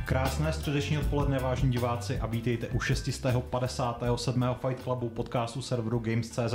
Krásné středeční odpoledne, vážení diváci, a vítejte u 657. Fight Clubu podcastu serveru Games.cz,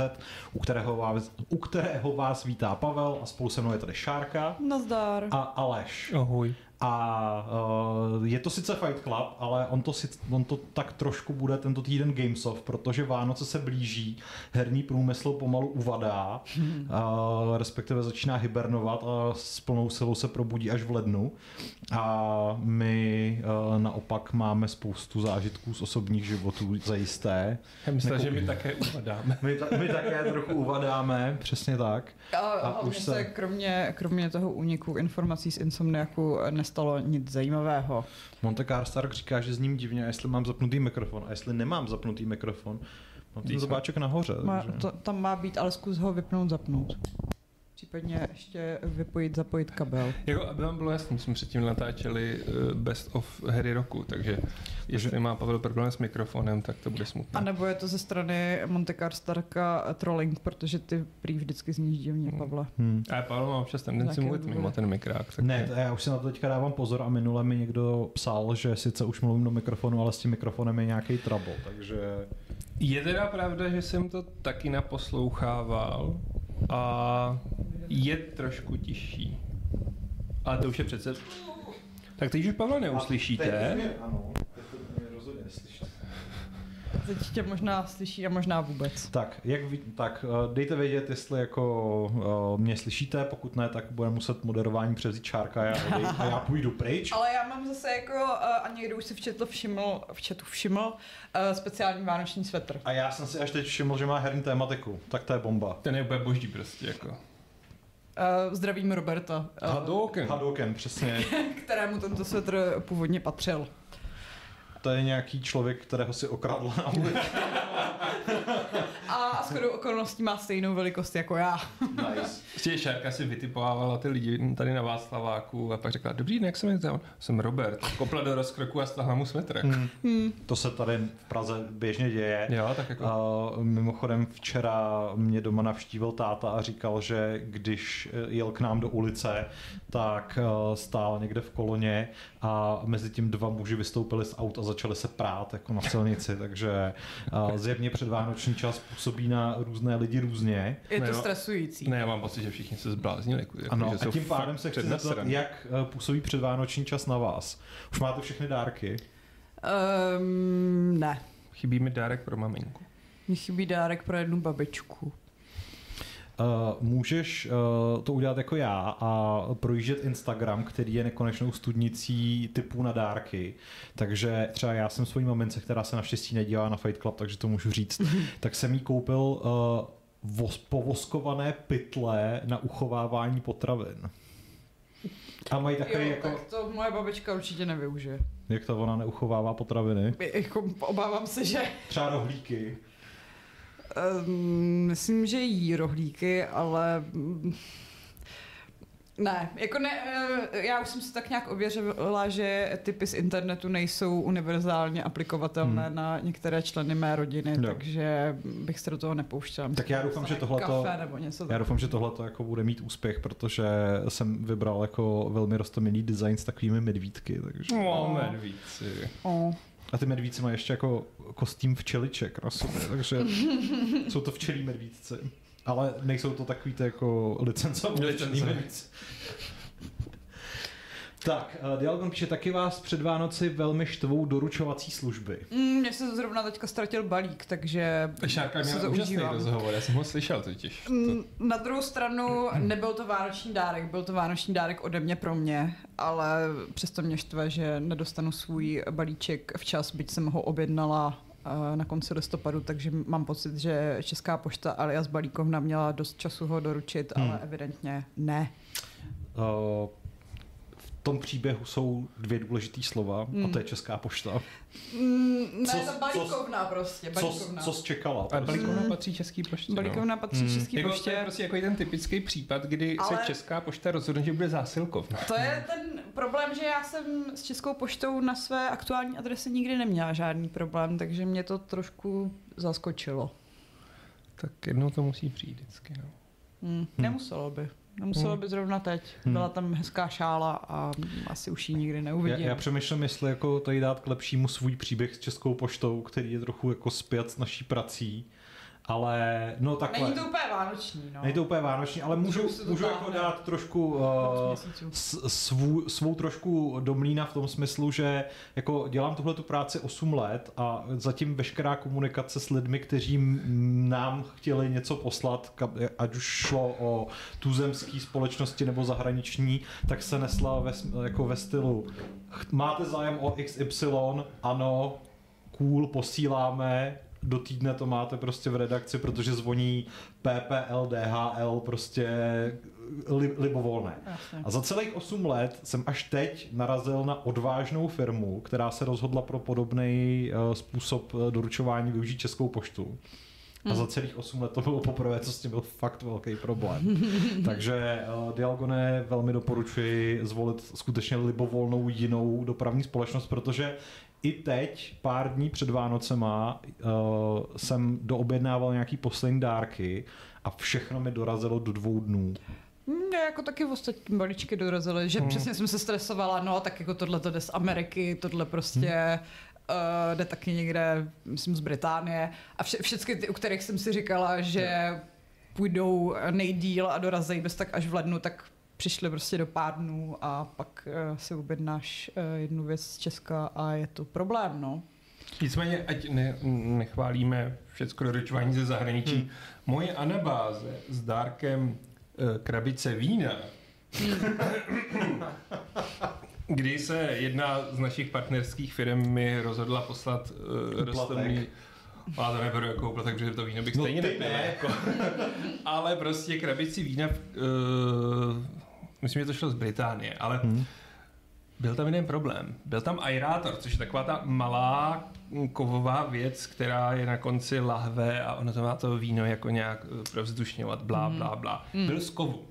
u kterého vás vítá Pavel a spolu se mnou je tady Šárka. Nazdar. A Aleš. Ahoj. A je to sice Fight Club, ale on to tak trošku bude tento týden Gamesoft, protože Vánoce se blíží, herní průmysl pomalu uvadá, respektive začíná hibernovat a s plnou silou se probudí až v lednu. A my naopak máme spoustu zážitků z osobních životů zajisté. Já myslím, že my také uvadáme. My také trochu uvadáme, přesně tak. A už se kromě toho úniku informací z Insomniaku nestalo nic zajímavého. Monte Stark říká, že zním divně, a jestli mám zapnutý mikrofon, a jestli nemám zapnutý mikrofon, mám ten zobáček nahoře. Tam má být, ale zkus ho vypnout, zapnout. Případně ještě zapojit kabel. Jako, aby vám bylo jasný, jsme předtím natáčeli Best of hry roku, takže jestli má Pavel problém s mikrofonem, tak to bude smutné. A nebo je to ze strany Monte Starka trolling, protože ty prý vždycky zníš divně, Pavle. A Pavel má občas tendenci mluvit mimo ten mikrák. Tak ne, já už si na to teďka dávám pozor a minule mi někdo psal, že sice už mluvím do mikrofonu, ale s tím mikrofonem je nějaký trouble, takže... Je teda pravda, že jsem to taky naposlouchával a je trošku tižší. Ale to už je přece... Tak teď už Pavla neuslyšíte. Ano, teď to mě rozhodně neslyšíte. Teď tě možná slyší a možná vůbec. Tak, dejte vědět, jestli jako mě slyšíte, pokud ne, tak bude muset moderování převzít Šárka a já půjdu pryč. Ale já mám zase jako, a někdo už si v chatu všiml, speciální vánoční svetr. A já jsem si až teď všiml, že má herní tématiku, tak to je bomba. Ten je úplně boží prostě, jako. Zdravím Roberta. Hadouken, přesně. Kterému tento svetr původně patřil. To je nějaký člověk, kterého si okradl na ulici. A shodou okolností má stejnou velikost jako já. Nice. Šárka si vytipovávala ty lidi tady na Václaváku a pak řekla, dobrý den, jak se jmenuje? Jsem Robert. Kopla do rozkroku a stáhla mu svetr. To se tady v Praze běžně děje. Jo, tak jako... Mimochodem včera mě doma navštívil táta a říkal, že když jel k nám do ulice, tak stál někde v koloně a mezi tím dva muži vystoupili z aut a začali se prát jako na silnici, takže zjevně předvánoční čas působí na různé lidi různě. Je to stresující. Ne, já mám pocit, že všichni se zbláznili. Jako, ano, že a tím pádem se chci zeptat, jak působí předvánoční čas na vás. Už máte všechny dárky? Ne. Chybí mi dárek pro maminku. Mně chybí dárek pro jednu babičku. Můžeš to udělat jako já a projíždět Instagram, který je nekonečnou studnicí typů na dárky. Takže třeba já jsem svojí mamince, která se naštěstí nedívá na Fight Club, takže to můžu říct, tak jsem jí koupil povoskované pytle na uchovávání potravin. A mají takový jako... tak to moje babička určitě nevyužije. Jak to ona neuchovává potraviny? Jako, obávám se, že... Třeba rohlíky. Myslím, že jí rohlíky, ale... Ne, jako ne, já už jsem se tak nějak ověřila, že typy z internetu nejsou univerzálně aplikovatelné na některé členy mé rodiny, takže bych se do toho nepouštěla. Tak já doufám, že tohleto jako bude mít úspěch, protože jsem vybral jako velmi roztomilý design s takovými medvídky, takže... Medvídci. A ty medvídci mají ještě jako kostým včeliček na sobě, takže jsou to včelí medvídci. Ale nejsou to takový ty jako licencovaný medvídci. Tak, Dialgon píše, taky vás před Vánoci velmi štvou doručovací služby. Mně se zrovna teďka ztratil balík, takže Šárka měla úžasný rozhovor, já jsem ho slyšel totiž. Na druhou stranu nebyl to vánoční dárek, byl to vánoční dárek ode mě pro mě, ale přesto mě štve, že nedostanu svůj balíček včas, byť jsem ho objednala na konci listopadu, takže mám pocit, že Česká pošta alias balíkovna měla dost času ho doručit, ale evidentně ne. V tom příběhu jsou dvě důležitý slova a to je Česká pošta. Ne, to balíkovna prostě. Balíkovna. Co jsi čekala? A balíkovna patří Český poště. Balíkovna patří Český poště. To je prostě jako ten typický případ, kdy se Česká pošta rozhodne, že bude zásilkovna. To je ten problém, že já jsem s Českou poštou na své aktuální adrese nikdy neměla žádný problém, takže mě to trošku zaskočilo. Tak jednou to musí přijít vždycky, no. Nemuselo by. Nemuselo by zrovna teď. Byla tam hezká šála a asi už ji nikdy neuvidím. Já přemýšlím, jestli jako tady dát k lepšímu svůj příběh s Českou poštou, který je trochu jako zpět s naší prací. Ale no takhle. Není to úplně vánoční, no. Není to úplně vánoční, ale můžu jako dát trošku svou trošku do mlýna v tom smyslu, že jako dělám tuhletu práci 8 let a zatím veškerá komunikace s lidmi, kteří nám chtěli něco poslat, ať už šlo o tuzemský společnosti nebo zahraniční, tak se nesla jako ve stylu máte zájem o XY, ano, cool, posíláme, do týdne to máte prostě v redakci, protože zvoní PPL, DHL, prostě libovolné. Jasně. A za celých 8 let jsem až teď narazil na odvážnou firmu, která se rozhodla pro podobný způsob doručování využít Českou poštu. A za celých 8 let to bylo poprvé, co s tím byl fakt velký problém. Takže Dialgone velmi doporučuji zvolit skutečně libovolnou jinou dopravní společnost, protože i teď, pár dní před Vánocema, jsem doobjednával nějaký poslední dárky a všechno mi dorazilo do 2 dnů. Jako taky ostatní balíčky dorazily, že přesně jsem se stresovala, no tak jako tohle to jde z Ameriky, tohle prostě jde taky někde, myslím z Británie a všechny ty, u kterých jsem si říkala, že půjdou nejdýl a dorazí bez tak až v lednu, tak přišli prostě do pár dnů a pak si objednáš jednu věc z Česka a je to problém, no. Nicméně, ať nechválíme všecko doručování ze zahraničí, moje anabáze s dárkem krabice vína, kdy se jedna z našich partnerských firm mi rozhodla poslat rostlný. Já to neberu jako úplatek, protože to víno bych stejně nepil. Jako. Ale prostě krabici vína, myslím, že to šlo z Británie, ale byl tam jeden problém. Byl tam aerátor, což je taková ta malá kovová věc, která je na konci lahve a ono to má to víno jako nějak provzdušňovat, blá, blá, blá. Byl z kovu.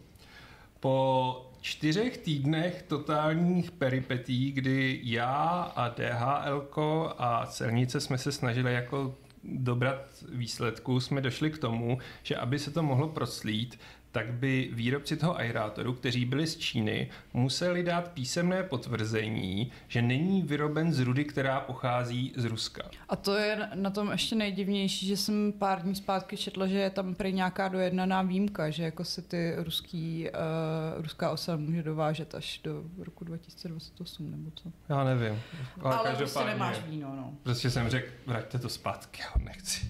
Po 4 týdnech totálních peripetí, kdy já a DHLko a celnice jsme se snažili jako dobrat výsledku, jsme došli k tomu, že aby se to mohlo proclít, tak by výrobci toho aerátoru, kteří byli z Číny, museli dát písemné potvrzení, že není vyroben z rudy, která pochází z Ruska. A to je na tom ještě nejdivnější, že jsem pár dní zpátky četla, že je tam prý nějaká dojednaná výjimka, že jako se ty ruská ocel může dovážet až do roku 2028 nebo co. Já nevím. Ale prostě nemáš víno, no. Prostě jsem řekl, vraťte to zpátky, já nechci.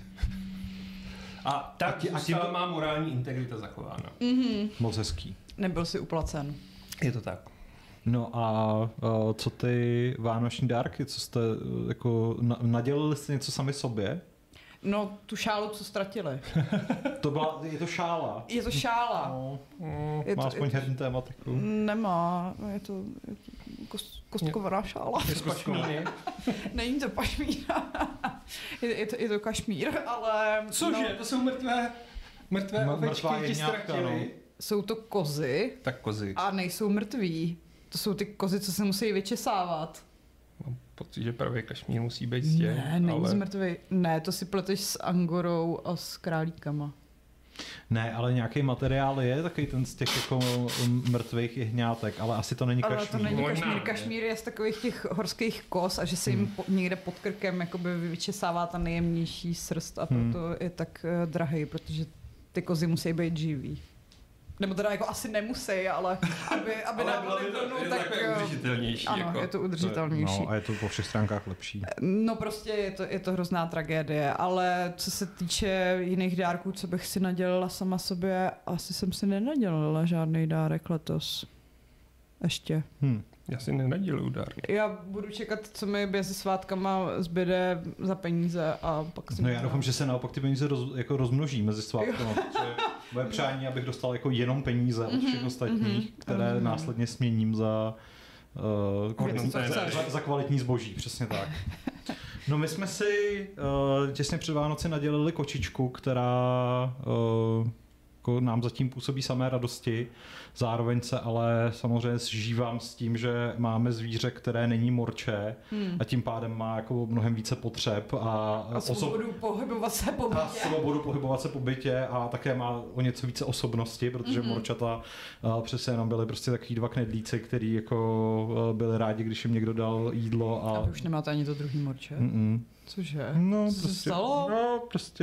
A tak zůstala má morální integrita zachována. Moc hezký. Nebyl si uplacen. Je to tak. No a co ty vánoční dárky, co jste jako nadělili jste něco sami sobě? No, tu šálu, co ztratili. Je to šála. Je to šála. No, má aspoň herní tématiku. Nemá, je to kostkovaná šála. Je z pašmíny. Není to pašmíra. je to kašmír, ale... Cože? To jsou mrtvé ovečky, ti ztratili. No. Jsou to kozy. Tak kozy. A nejsou mrtví. To jsou ty kozy, co se musí vyčesávat. Mám pocit, že pravý kašmír musí být z těch. Ne, není z mrtvý. Ne, to si pleteš s angorou a s králíkama. Ne, ale nějaký materiál je takový ten z těch jako mrtvých jehňátek, ale asi to není kašmír. Ale to není kašmír. Kašmír je z takových těch horských kos a že se jim někde pod krkem jakoby vyčesává ta nejjemnější srst a proto je tak drahý, protože ty kozy musí být živý. Nebo teda jako asi nemusí, ale aby nebyly to, no, tak udržitelnější. Ano, jako. je to udržitelnější. No a je to po všech stránkách lepší. No prostě je to hrozná tragédie, ale co se týče jiných dárků, co bych si nadělala sama sobě, asi jsem si nenadělala žádný dárek letos. Ještě. Já si nenaděluju dárky. Já budu čekat, co mi mezi svátkama zbyde za peníze a pak si... No já doufám, že se naopak ty peníze rozmnoží mezi svátkama. Moje přání, abych dostal jako jenom peníze od všech ostatních, které následně směním za kvalitní zboží, přesně tak. No my jsme si těsně před Vánoci nadělili kočičku, která jako nám zatím působí samé radosti. Zároveň se ale samozřejmě zžívám s tím, že máme zvíře, které není morče a tím pádem má jako mnohem více potřeb a svobodu pohybovat se po bytě. A svobodu pohybovat se po bytě a také má o něco více osobnosti, protože morčata přesně jenom byly prostě takový dva knedlíci, který jako byli rádi, když jim někdo dal jídlo. A vy už nemáte ani to druhý morče? Cože? No, co prostě, se stalo? No, prostě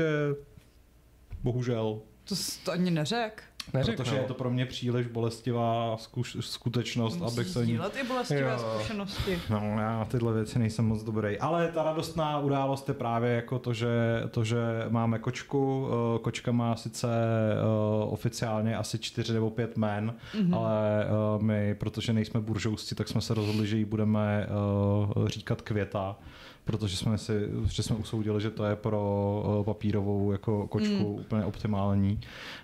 bohužel. To ani neřek. Protože je to pro mě příliš bolestivá skutečnost, abych se... Musíš i bolestivé zkušenosti. No, já tyhle věci nejsem moc dobrý. Ale ta radostná událost je právě jako to, že máme kočku. Kočka má sice oficiálně asi 4 nebo 5 jmen, ale my, protože nejsme buržousti, tak jsme se rozhodli, že jí budeme říkat Květa, protože jsme usoudili, že to je pro papírovou jako kočku úplně optimální.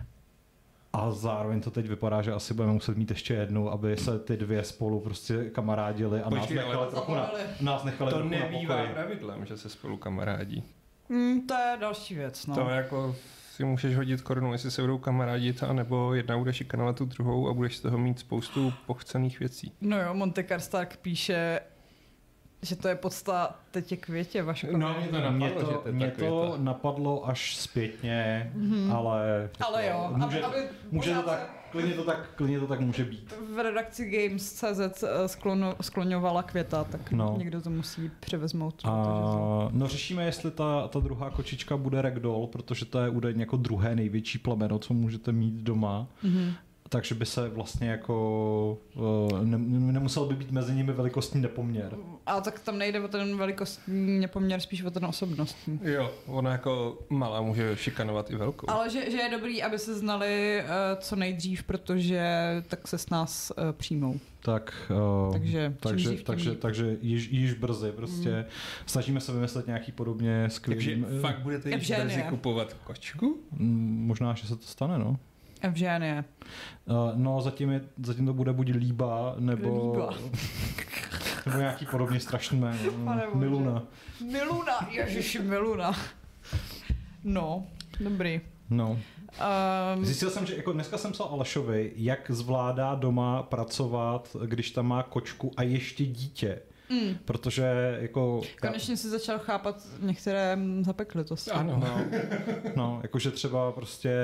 A zároveň to teď vypadá, že asi budeme muset mít ještě jednu, aby se ty dvě spolu prostě kamarádili a nás nechali to trochu na nebývá pokoji. pravidlem, že se spolu kamarádí. To je další věc, no. To jako si můžeš hodit korunu, jestli se budou kamarádit, anebo jedna bude šikanovat tu druhou a budeš z toho mít spoustu pochcených věcí. No jo, Monte Karstark píše, že to je podstatě Květě, Vaško. No, mě to napadlo až zpětně, ale jo, může to tak, klidně to tak může být. V redakci Games.cz skloňovala Květa, tak někdo to musí převezmout. No řešíme, jestli ta druhá kočička bude ragdoll, protože to je údajně jako druhé největší plemeno, co můžete mít doma. Takže by se vlastně jako nemusel by být mezi nimi velikostní nepoměr. A tak tam nejde o ten velikostní nepoměr, spíš o ten osobnostní. Jo, ona jako malá může šikanovat i velkou. Ale že je dobrý, aby se znali co nejdřív, protože tak se s nás přijmou. Takže již brzy prostě snažíme se vymyslet nějaký podobně skvělý. Takže fakt budete již brzy kupovat kočku? Možná, že se to stane, no. Evženie. No, zatím to bude buď Líba, nebo nějaký podobně strašný jméno. Miluna. Miluna, ježiši, Miluna. No, dobrý. No. Zjistil jsem, že jako dneska jsem psal Alešovi, jak zvládá doma pracovat, když tam má kočku a ještě dítě. Protože jako... Konečně si začal chápat některé zapeklitosti. Ano. No, jakože třeba prostě,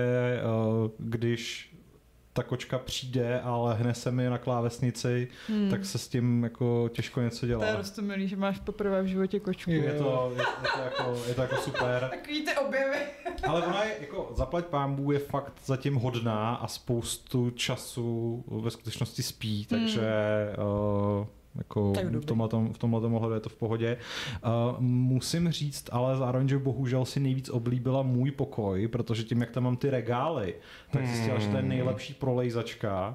když ta kočka přijde a lehne se mi na klávesnici, tak se s tím jako těžko něco dělá. To je roztomilý, že máš poprvé v životě kočku. Je to jako super. Takový ty objevy. Ale ona je, jako zaplať pánbů, je fakt zatím hodná a spoustu času ve skutečnosti spí, takže... Jako v tomhle ohledu je to v pohodě. Musím říct, ale zároveň, že bohužel si nejvíc oblíbila můj pokoj, protože tím, jak tam mám ty regály, tak zjistila, že to je nejlepší prolejzačka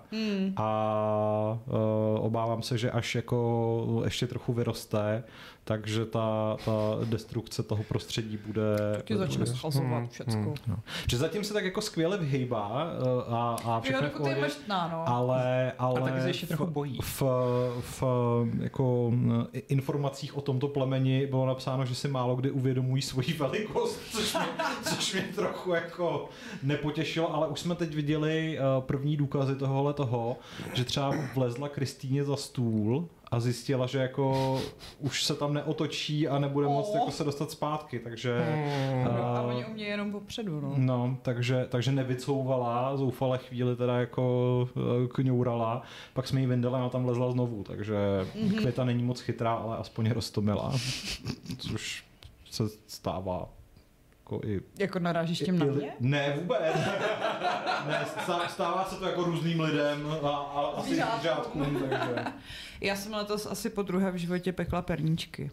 a obávám se, že až jako ještě trochu vyroste, takže ta destrukce toho prostředí bude... Taky začne schazovat všecko. No. Že zatím se tak jako skvěle vyhejbá a všechno v pohodě, ale a taky se ještě trochu bojí. V jako informacích o tomto plemeni bylo napsáno, že si málo kdy uvědomují svoji velikost, což mě trochu jako nepotěšilo, ale už jsme teď viděli první důkazy toho, že třeba vlezla Kristýně za stůl a zjistila, že jako už se tam neotočí a nebude moct jako se dostat zpátky, takže... a oni umějí jenom popředu, no. No, takže nevycouvala, zoufale chvíli teda jako kňourala, pak jsme jí vyndali a tam lezla znovu, takže Květa není moc chytrá, ale aspoň roztomilá, což se stává. Jako narážíš tím na mě? Ne, vůbec. Ne, stává se to jako různým lidem a asi zvířátkům, takže... Já jsem letos asi po druhé v životě pekla perníčky.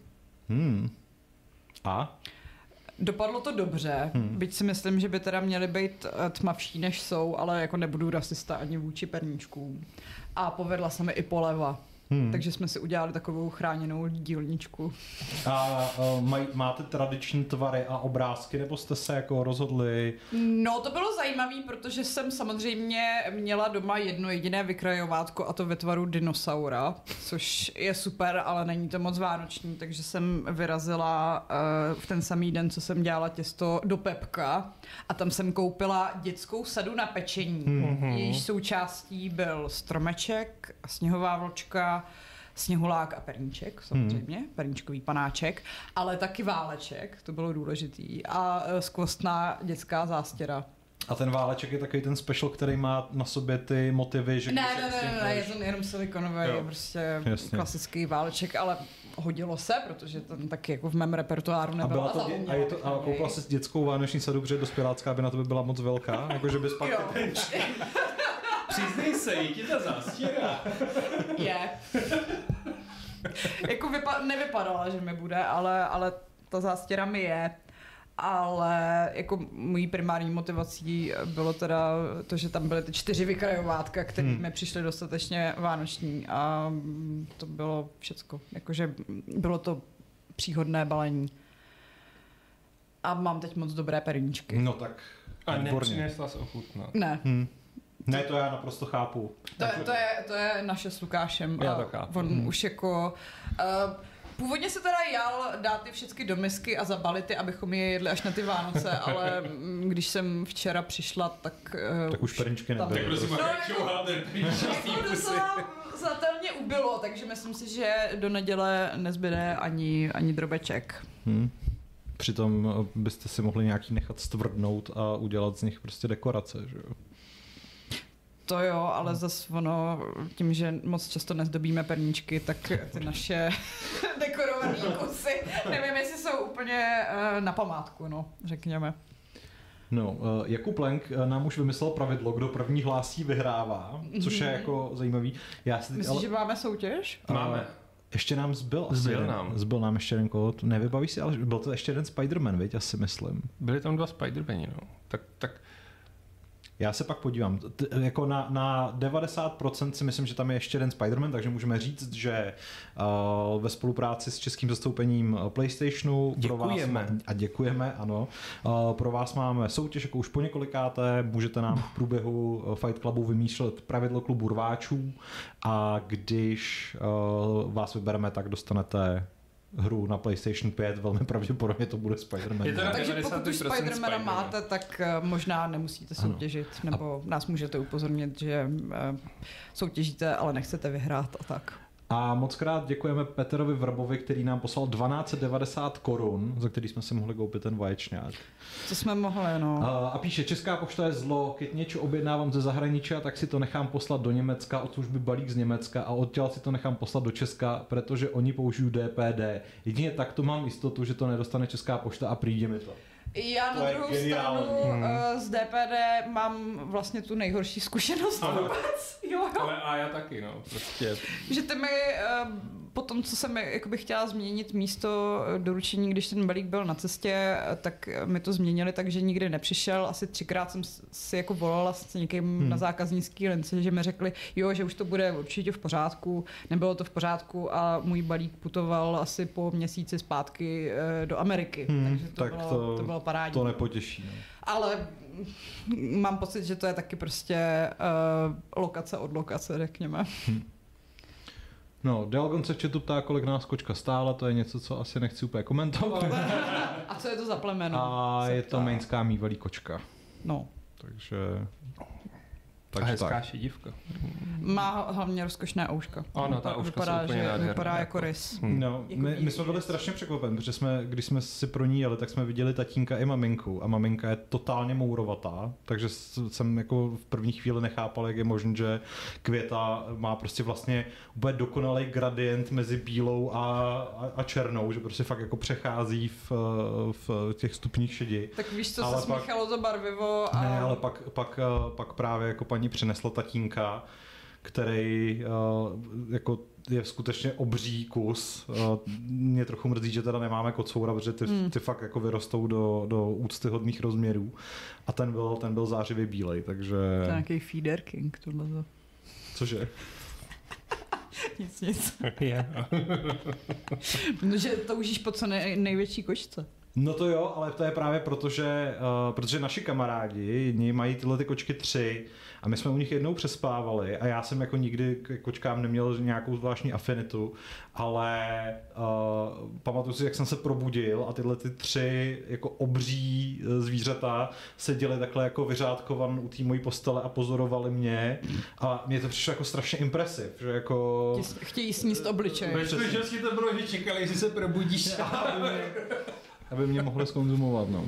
A? Dopadlo to dobře, byť si myslím, že by teda měly být tmavší než jsou, ale jako nebudu rasista ani vůči perníčkům. A povedla se mi i poleva. Takže jsme si udělali takovou chráněnou dílničku. A máte tradiční tvary a obrázky, nebo jste se jako rozhodli? No, to bylo zajímavé, protože jsem samozřejmě měla doma jedno jediné vykrajovátko a to ve tvaru dinosaura, což je super, ale není to moc vánoční, takže jsem vyrazila v ten samý den, co jsem dělala těsto do Pepka a tam jsem koupila dětskou sadu na pečení. Jejíž součástí byl stromeček, sněhová vločka, sněhulák a perníček, samozřejmě, perníčkový panáček, ale taky váleček, to bylo důležitý, a skvostná dětská zástěra. A ten váleček je takový ten special, který má na sobě ty motivy, že... Ne, je to jenom silikonový, je prostě jasně. klasický váleček, ale hodilo se, protože ten taky jako v mém repertoáru nebyl. A koupila jsi dětskou vánoční sadu, protože dospělácká by na to by byla moc velká, jakože bys pak... Přiznej se, je ti ta zástěra. Je. Jako nevypadala, že mi bude, ale ta zástěra mi je. Ale jako mojí primární motivací bylo teda to, že tam byly ty 4 vykrajovátka, které mi přišly dostatečně vánoční a to bylo všecko. Jakože bylo to příhodné balení. A mám teď moc dobré perníčky. No tak, a nepřinesla jsi ochutnat. Ne. Ne, to já naprosto chápu. To je naše s Lukášem. Já to chápu. On už jako... Původně se teda jal dát ty všechny do misky a zabalit je, abychom je jedli až na ty Vánoce, ale když jsem včera přišla, tak už perníčky nebyly. Tak prosím, jako docela znatelně ubylo, takže myslím si, že do neděle nezbyde ani drobeček. Přitom byste si mohli nějaký nechat stvrdnout a udělat z nich prostě dekorace, že jo? To jo, ale zase ono, tím, že moc často nezdobíme perníčky, tak ty naše dekorované kusy, nevím, jestli jsou úplně na památku, no, řekněme. No, Jakub Lenk nám už vymyslel pravidlo, kdo první hlásí, vyhrává, což je jako zajímavý. Myslíš, že máme soutěž? Máme. Ještě nám zbyl nám ještě jeden kód, nevybavíš si, ale byl to ještě jeden Spider-Man, viď, asi myslím. Byli tam 2 Spider-Mani, no. Tak já se pak podívám. Jako na 90% si myslím, že tam je ještě jeden Spider-Man, takže můžeme říct, že ve spolupráci s českým zastoupením PlayStationu děkujeme, ano. Pro vás máme soutěž jako už po několikáté, můžete nám v průběhu Fight Clubu vymýšlet pravidlo klubu rváčů a když vás vybereme, tak dostanete hru na PlayStation 5, velmi pravděpodobně to bude Spider-Man. Takže pokud už Spider-Mana máte, tak možná nemusíte soutěžit, nebo nás můžete upozornit, že soutěžíte, ale nechcete vyhrát a tak. A moc krát děkujeme Peterovi Vrbovi, který nám poslal 1290 korun, za který jsme si mohli koupit ten vaječňák. Co jsme mohli, no. A píše, Česká pošta je zlo, keď něco objednávám ze zahraničí, tak si to nechám poslat do Německa, od služby balík z Německa a odtěl si to nechám poslat do Česka, protože oni použijí DPD. Jedině tak to mám jistotu, že to nedostane Česká pošta a přijde mi to. Já na druhou stranu z DPD mám vlastně tu nejhorší zkušenost vůbec. Jo. Ale já taky, no. Prostě. Že ty mi po tom, co jsem jakoby chtěla změnit místo doručení, když ten balík byl na cestě, tak mi to změnili tak, že nikdy nepřišel. Asi 3krát jsem si jako volala s někým na zákaznický lince, že mi řekli, jo, že už to bude určitě v pořádku. Nebylo to v pořádku a můj balík putoval asi po měsíci zpátky do Ameriky. Takže to bylo parádní. To nepotěší. No. Ale mám pocit, že to je taky prostě lokace od lokace, řekněme. No, Delgon se v chatu ptá, kolik nás kočka stála, to je něco, co asi nechci úplně komentovat. A co je to za plemeno? A je to mainská mývalý kočka. No. Takže a hezká šedivka. Má hlavně rozkošné ouška. Ano, ta ouška vypadá, jsou úplně nádherná. Vypadá jako rys. No, my jsme byli strašně překvapeni, protože když jsme si pro ní jeli, tak jsme viděli tatínka i maminku a maminka je totálně mourovatá, takže jsem jako v první chvíli nechápal, jak je možné, že Květa má prostě vlastně úplně dokonalý gradient mezi bílou a černou, že prostě fakt jako přechází v těch stupních šedi. Tak víš, co se smíchalo to barvivo a... Ne, ale pak právě jako paní přinesla tatínka, který jako je skutečně obří kus. Mě trochu mrzí, že teda nemáme kocoura, protože ty fakt jako vyrostou do úctyhodných rozměrů. A ten byl zářivě bílej, takže... To je nějaký feeder king, tohle. Cože? Nic. Je. No, že toužíš po co největší kočce. No to jo, ale to je právě proto, že naši kamarádi jedni mají tyhle ty kočky 3 a my jsme u nich jednou přespávali a já jsem jako nikdy k kočkám neměl nějakou zvláštní afinitu, ale pamatuju si, jak jsem se probudil a tyhle ty 3 jako obří zvířata seděly takhle jako vyřádkovan u té mojí postele a pozorovali mě a mně to přišlo jako strašně impresiv, že jako... Chtějí sníst obličej. Ve skutečnosti to bylo, že čekali, že se probudíš. Aby mě mohli zkonzumovat, no.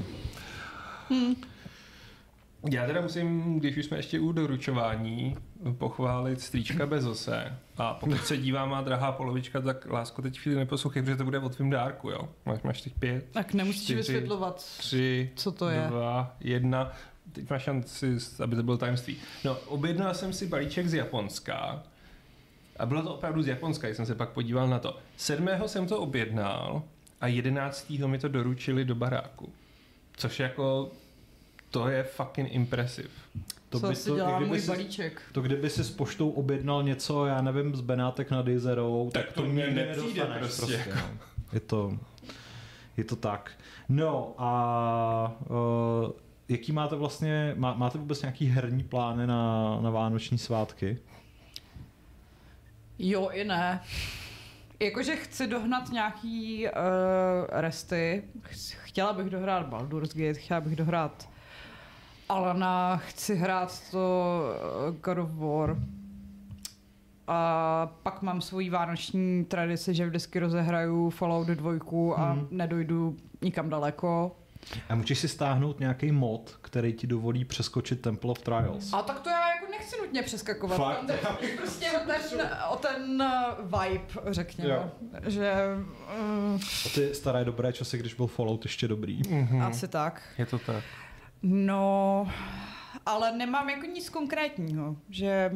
Já teda musím, když už jsme ještě u doručování, pochválit strýčka Bezose. A pokud se dívá má drahá polovička, tak lásko, teď chvíli neposlouchej, protože to bude o tvým dárku, jo? Máš teď 5, tak nemusíš 4, vysvětlovat, 3, co to je. 2, 1. Teď máš šanci, aby to bylo tajemství. No, objednal jsem si balíček z Japonska. A bylo to opravdu z Japonska, když jsem se pak podíval na to. 7. jsem to objednal a 11. mi to doručili do baráku. Což jako... To je fucking impressive. Co asi dělá můj balíček? To kdyby si s poštou objednal něco, já nevím, z Benátek nad Jezerou, tak to mě nepřijde prostě. No. Je to tak. No a jaký máte vlastně, máte vůbec nějaký herní plány na vánoční svátky? Jo i ne. Jakože chci dohnat nějaký resty. Chtěla bych dohrát Baldur's Gate, chtěla bych dohrát Alana, chci hrát to God of War. A pak mám svoji vánoční tradici, že vždycky rozehraju Fallout 2 a nedojdu nikam daleko. A můžeš si stáhnout nějaký mod, který ti dovolí přeskočit Temple of Trials. A tak to já jako nechci nutně přeskakovat. Fakt? Tam prostě o ten vibe, řekněme. Jo. Že, O ty staré dobré časy, když byl Fallout ještě dobrý. asi tak. Je to tak. No, ale nemám jako nic konkrétního, že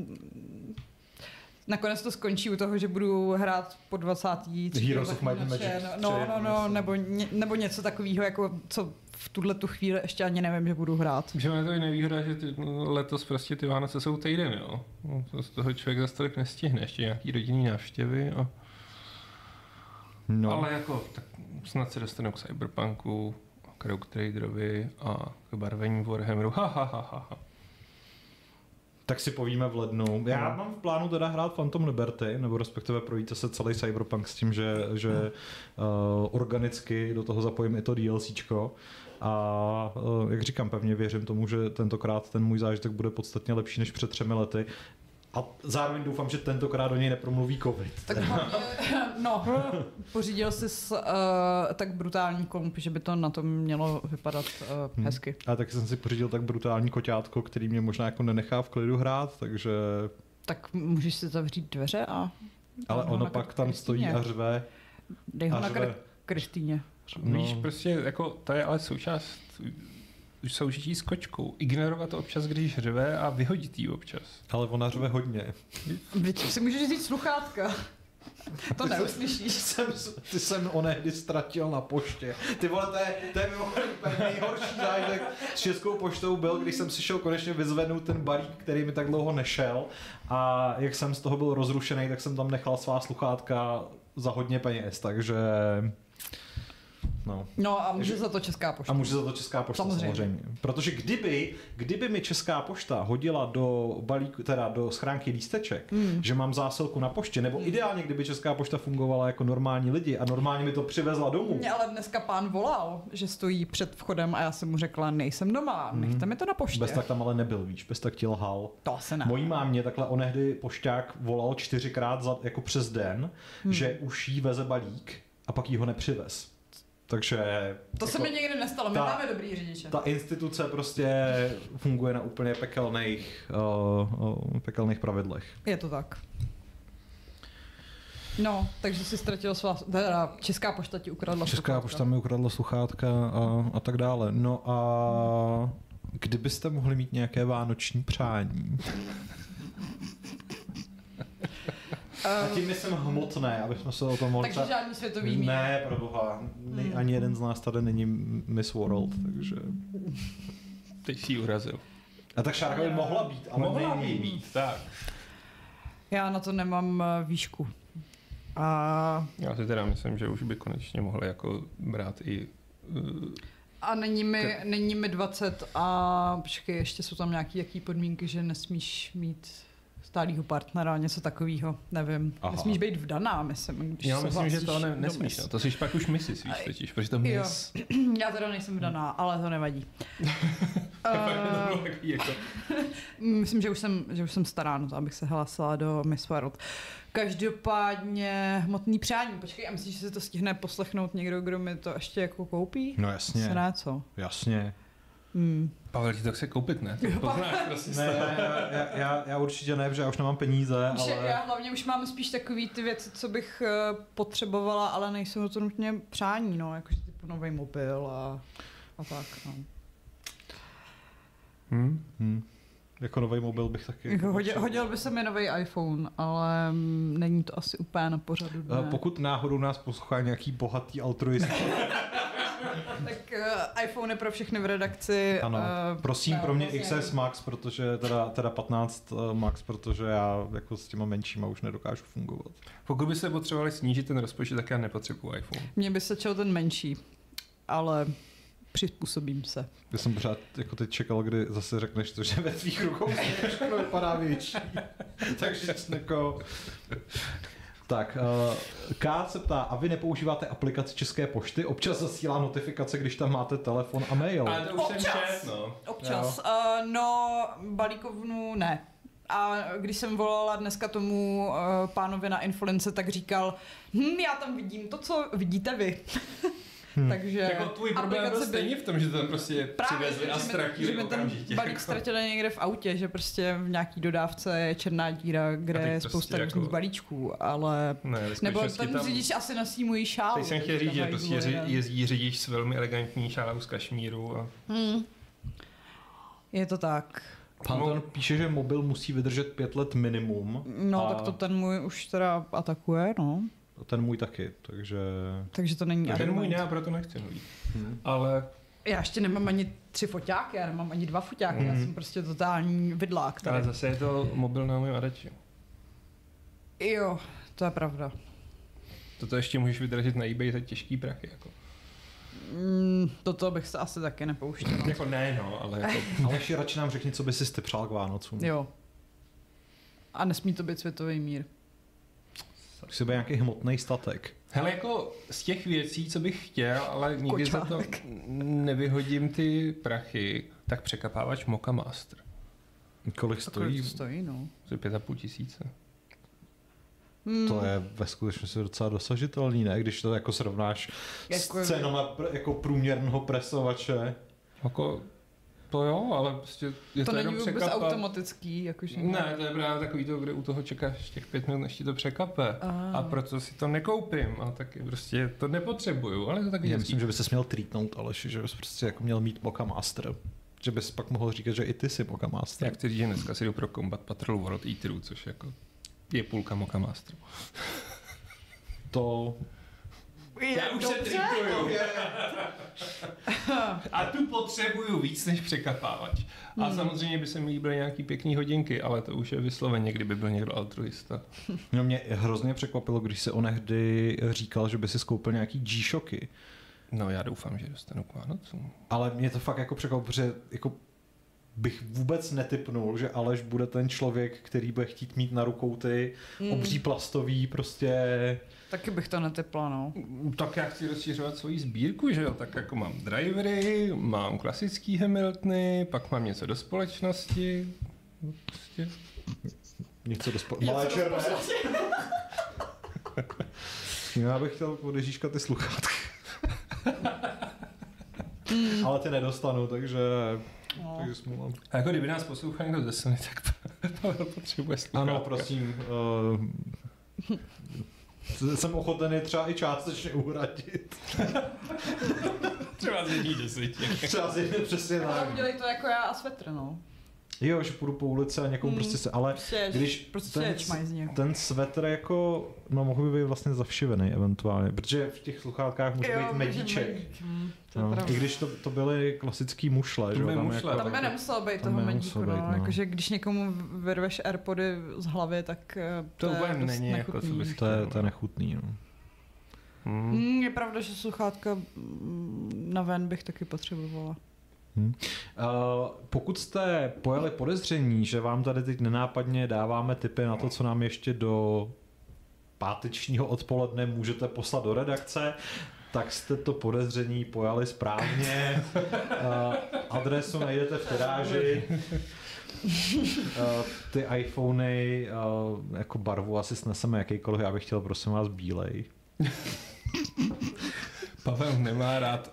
nakonec to skončí u toho, že budu hrát po 20. Heroes of Might and Magic. No, nebo něco takového, jako co v tuhle tu chvíli ještě ani nevím, že budu hrát. Že je to i nevýhoda, že letos prostě ty Vánoce jsou týden, jo. To z toho člověk zase tolik nestihne, ještě nějaký rodinný návštěvy a... No. Ale jako, tak snad se dostanu k Cyberpunku, k Rogue Traderovi a k barvení Warhammeru. Tak si povíme v lednu. Já mám v plánu teda hrát Phantom Liberty, nebo respektive projít se celý Cyberpunk s tím, že organicky do toho zapojím i to DLCčko. A jak říkám, pevně věřím tomu, že tentokrát ten můj zážitek bude podstatně lepší než před 3 lety. A zároveň doufám, že tentokrát do něj nepromluví covid. Tak hlavně, pořídil jsi tak brutální komp, že by to na tom mělo vypadat hezky. A taky jsem si pořídil tak brutální koťátko, který mě možná jako nenechá v klidu hrát, takže... Tak můžeš si zavřít dveře a... Ale ono pak tam stojí a řve. Dej ho na Kristýně. No. Víš, prostě jako to je ale součást soužití s kočkou. Ignorovat to občas, když řve a vyhodit jí občas. Ale ona řve hodně. Teď si můžeš říct sluchátka. To neuslyšíš. Ty jsem onehdy ztratil na poště. Ty vole, to je mimochodem nejhorší zážitek s Českou poštou byl, když jsem si šel konečně vyzvednout ten balík, který mi tak dlouho nešel a jak jsem z toho byl rozrušený, tak jsem tam nechal svá sluchátka za hodně peněz, takže... No a může za to Česká pošta. A může za to Česká pošta samozřejmě. Protože kdyby mi Česká pošta hodila do balíku, teda do schránky lísteček, že mám zásilku na poště, nebo ideálně, kdyby Česká pošta fungovala jako normální lidi a normálně mi to přivezla domů. Mě ale dneska pán volal, že stojí před vchodem a já jsem mu řekla, nejsem doma, nechte mi to na poště. Bez tak tam ale nebyl, víš, bez tak ti lhal. To asi ne. Mojí mámě takhle onehdy pošťák volal 4krát jako přes den, že už jí veze balík a pak jí ho nepřivez. Takže... To jako, se mi nikdy nestalo, my máme dobrý řidiče. Ta instituce prostě funguje na úplně pekelných pravidlech. Je to tak. No, takže si ztratil Česká pošta ti ukradla Česká sluchátka. pošta mi ukradla sluchátka a tak dále. No a kdybyste mohli mít nějaké vánoční přání? A tím myslím hmotné, aby jsme se o tom mohli... Takže žádný světový mír. Ne, proboha. Ani jeden z nás tady není Miss World, takže... Teď si ji urazil. A tak Šárka by mohla být, ale mohla by být, tak. Já na to nemám výšku. A Já si teda myslím, že už by konečně mohli jako brát i... A není mi 20 a počkej, ještě jsou tam jaký podmínky, že nesmíš mít stálýho partnera, něco takového, nevím. Aha. Nesmíš být vdaná, myslím. Když Já myslím, že to souhlasíš nesmíš, no. To jsi pak už misi svých totiž, protože to mis. Já teda nejsem vdaná, ale to nevadí. Myslím, že už jsem stará, no to abych se hlásila do Miss World. Každopádně hmotný přání. Počkej, a myslíš, že se to stihne poslechnout někdo, kdo mi to ještě jako koupí? No jasně. Srá, co? Jasně. Pavel, ti to chce koupit, ne? To poznáš, prostě. Ne, já určitě ne, protože já už nemám peníze, ale... Já hlavně už mám spíš takový ty věci, co bych potřebovala, ale nejsou to nutně přání, no, jakože typu nový mobil a tak, no. Jako nový mobil bych taky... Jako hodil by se mi nový iPhone, ale není to asi úplně na pořadu dne. Pokud náhodou nás poslouchá nějaký bohatý altruist. Tak iPhone je pro všechny v redakci. Ano, prosím pro mě XS Max, protože teda 15 Max, protože já jako s těma menšíma už nedokážu fungovat. Pokud by se potřebovali snížit ten rozpočet, tak já nepotřebuji iPhone. Mně by stačil ten menší, ale přizpůsobím se. Já jsem pořád jako teď čekal, kdy zase řekneš to, že ve tvých rukou všechno vypadá větší. Takže jako... Tak, K se ptá, a vy nepoužíváte aplikaci České pošty? Občas zasílá notifikace, když tam máte telefon a mail. Ale to už jsem čet, no. Občas. No, balíkovnu ne. A když jsem volala dneska tomu pánovi na Influence, tak říkal, já tam vidím to, co vidíte vy. Takže jako tvůj problém byl stejně v tom, že to tam prostě přivezli a ztratili okamžitě. Že mi ten balík ztratili někde v autě, že prostě v nějaký dodávce je černá díra, kde je spousta různých jako... balíčků, ale... Ne, nebo ten řidič asi nosí můj šál. Teď jsem chtěl říct, že prostě jezdí řidič s velmi elegantní šálou z kašmíru. A... Je to tak. Pan píše, že mobil musí vydržet 5 let minimum. No, tak to ten můj už teda atakuje, no. Ten můj taky, takže... Takže to není ten můj ne, a proto nechci nový. Ale... Já ještě nemám ani 3 foťáky, já nemám ani 2 foťáky, já jsem prostě totální vidlák tady. Ale zase je to mobil na mém Adači. Jo, to je pravda. Toto ještě můžeš vydržet na eBay za těžký prachy, jako. Toto bych se asi taky nepouštěl. Jako ne, no, ale jako... Ale radši nám řekni, co by si ty přál k Vánocům. Jo. A nesmí to být světový mír. Musí být nějaký hmotný statek. Hele, jako z těch věcí, co bych chtěl, ale nikdy za to nevyhodím ty prachy, tak překapávač Moka Master. Kolik stojí? To stojí, no. 5,5 tisíce. To je ve skutečnosti docela dosažitelný, ne? Když to jako srovnáš jako... s cenou jako průměrného presovače. Jako... To jo, ale prostě je to není vůbec automatický, jakože... Ne, to je právě takový to, kde u toho čekáš těch 5 minut, než ti to překape. A proto si to nekoupím. A taky prostě to nepotřebuju, ale to taky Já myslím, že by se měl treatnout, Aleši, že bys prostě jako měl mít Moka Master. Že bys pak mohl říkat, že i ty jsi Moka Master. Já chci říct, že dneska si jdu pro Combat Patrol World Eaterů, což jako je půlka Moka Masteru. To... Já už se trikuju. A tu potřebuju víc než překapávač. A samozřejmě by se mi líbily nějaký pěkný hodinky, ale to už je vysloveně, kdyby byl někdo altruista. No mě hrozně překvapilo, když se onehdy říkal, že by si skoupil nějaký G-Shocky. No já doufám, že dostanu k Vánocům. Ale mě to fakt jako překvapilo, protože jako bych vůbec netipnul, že Aleš bude ten člověk, který bude chtít mít na rukou ty obří plastový prostě... Taky bych to netipla, no. Tak já chci rozšiřovat svoji sbírku, že jo? Tak jako mám drivery, mám klasický Hamiltony, pak mám něco do společnosti. Prostě. Něco do společnosti. Malé černé. Já bych chtěl od Ježíška ty sluchátky. Ale ty nedostanu, takže smůlám. A jako kdyby nás poslouchal někdo ze Sony, tak Pavel potřebuje sluchátka. Ano, prosím. Jsem ochoten je třeba i částečně uhradit. Třeba z 1/10. Třeba z 1, přesně tak. Ale udělej to jako já a svetr, no. Jo, že půjdu po ulici a někomu prostě se, ale když prostě ten svetr jako, no mohl by být vlastně zavšivený eventuálně, protože v těch sluchátkách může být medíček. No, i když to byly klasický mušle, že jo? Tam by nemuselo být toho medíku, no. Jakože když někomu vyrveš AirPody z hlavy, tak to úplně není jako to je nechutný, no. Je pravda, že sluchátka na ven bych taky potřebovala. Pokud jste pojali podezření, že vám tady teď nenápadně dáváme tipy na to, co nám ještě do pátečního odpoledne můžete poslat do redakce, tak jste to podezření pojali správně. Adresu najdete v tiráži. Ty iPhony, jako barvu asi sneseme jakýkoliv, já bych chtěl prosím vás bílej. Pavel nemá rád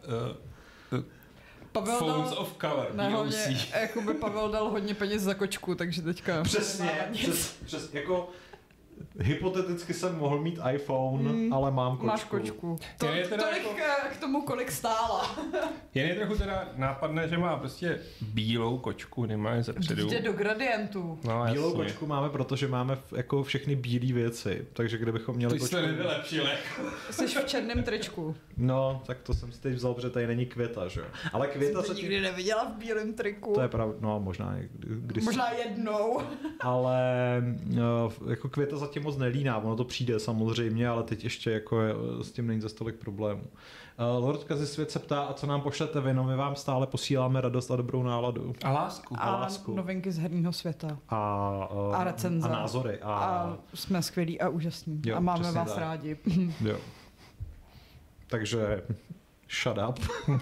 phones of color. Jakoby Pavel dal hodně peněz za kočku, takže teďka... Přesně, jako hypoteticky jsem mohl mít iPhone, ale mám kočku. Máš kočku. Tolik k tomu, kolik stála. Jen je trochu teda nápadné, že má prostě bílou kočku, nemá je zepředu. Jde do gradientu. No, bílou kočku máme, protože máme jako všechny bílé věci, takže kdybychom měli kočku... Ty jste nevylepšili. Jsi v černém tričku. No, tak to jsem si teď vzal, protože tady není Květa, že jo. Ale Květa jsem nikdy neviděla v bílém triku. To je pravda, no možná možná jednou. Ale jako Květa zatím moc nelíná, ono to přijde samozřejmě, ale teď ještě jako s tím není zas tolik problémů. Lord Kazisvět se ptá, a co nám pošlete vy? No my vám stále posíláme radost a dobrou náladu. A lásku. A novinky z herního světa. A recenze. A názory. A jsme skvělí a úžasní. Jo, a máme vás tak rádi. Jo. Takže shut up.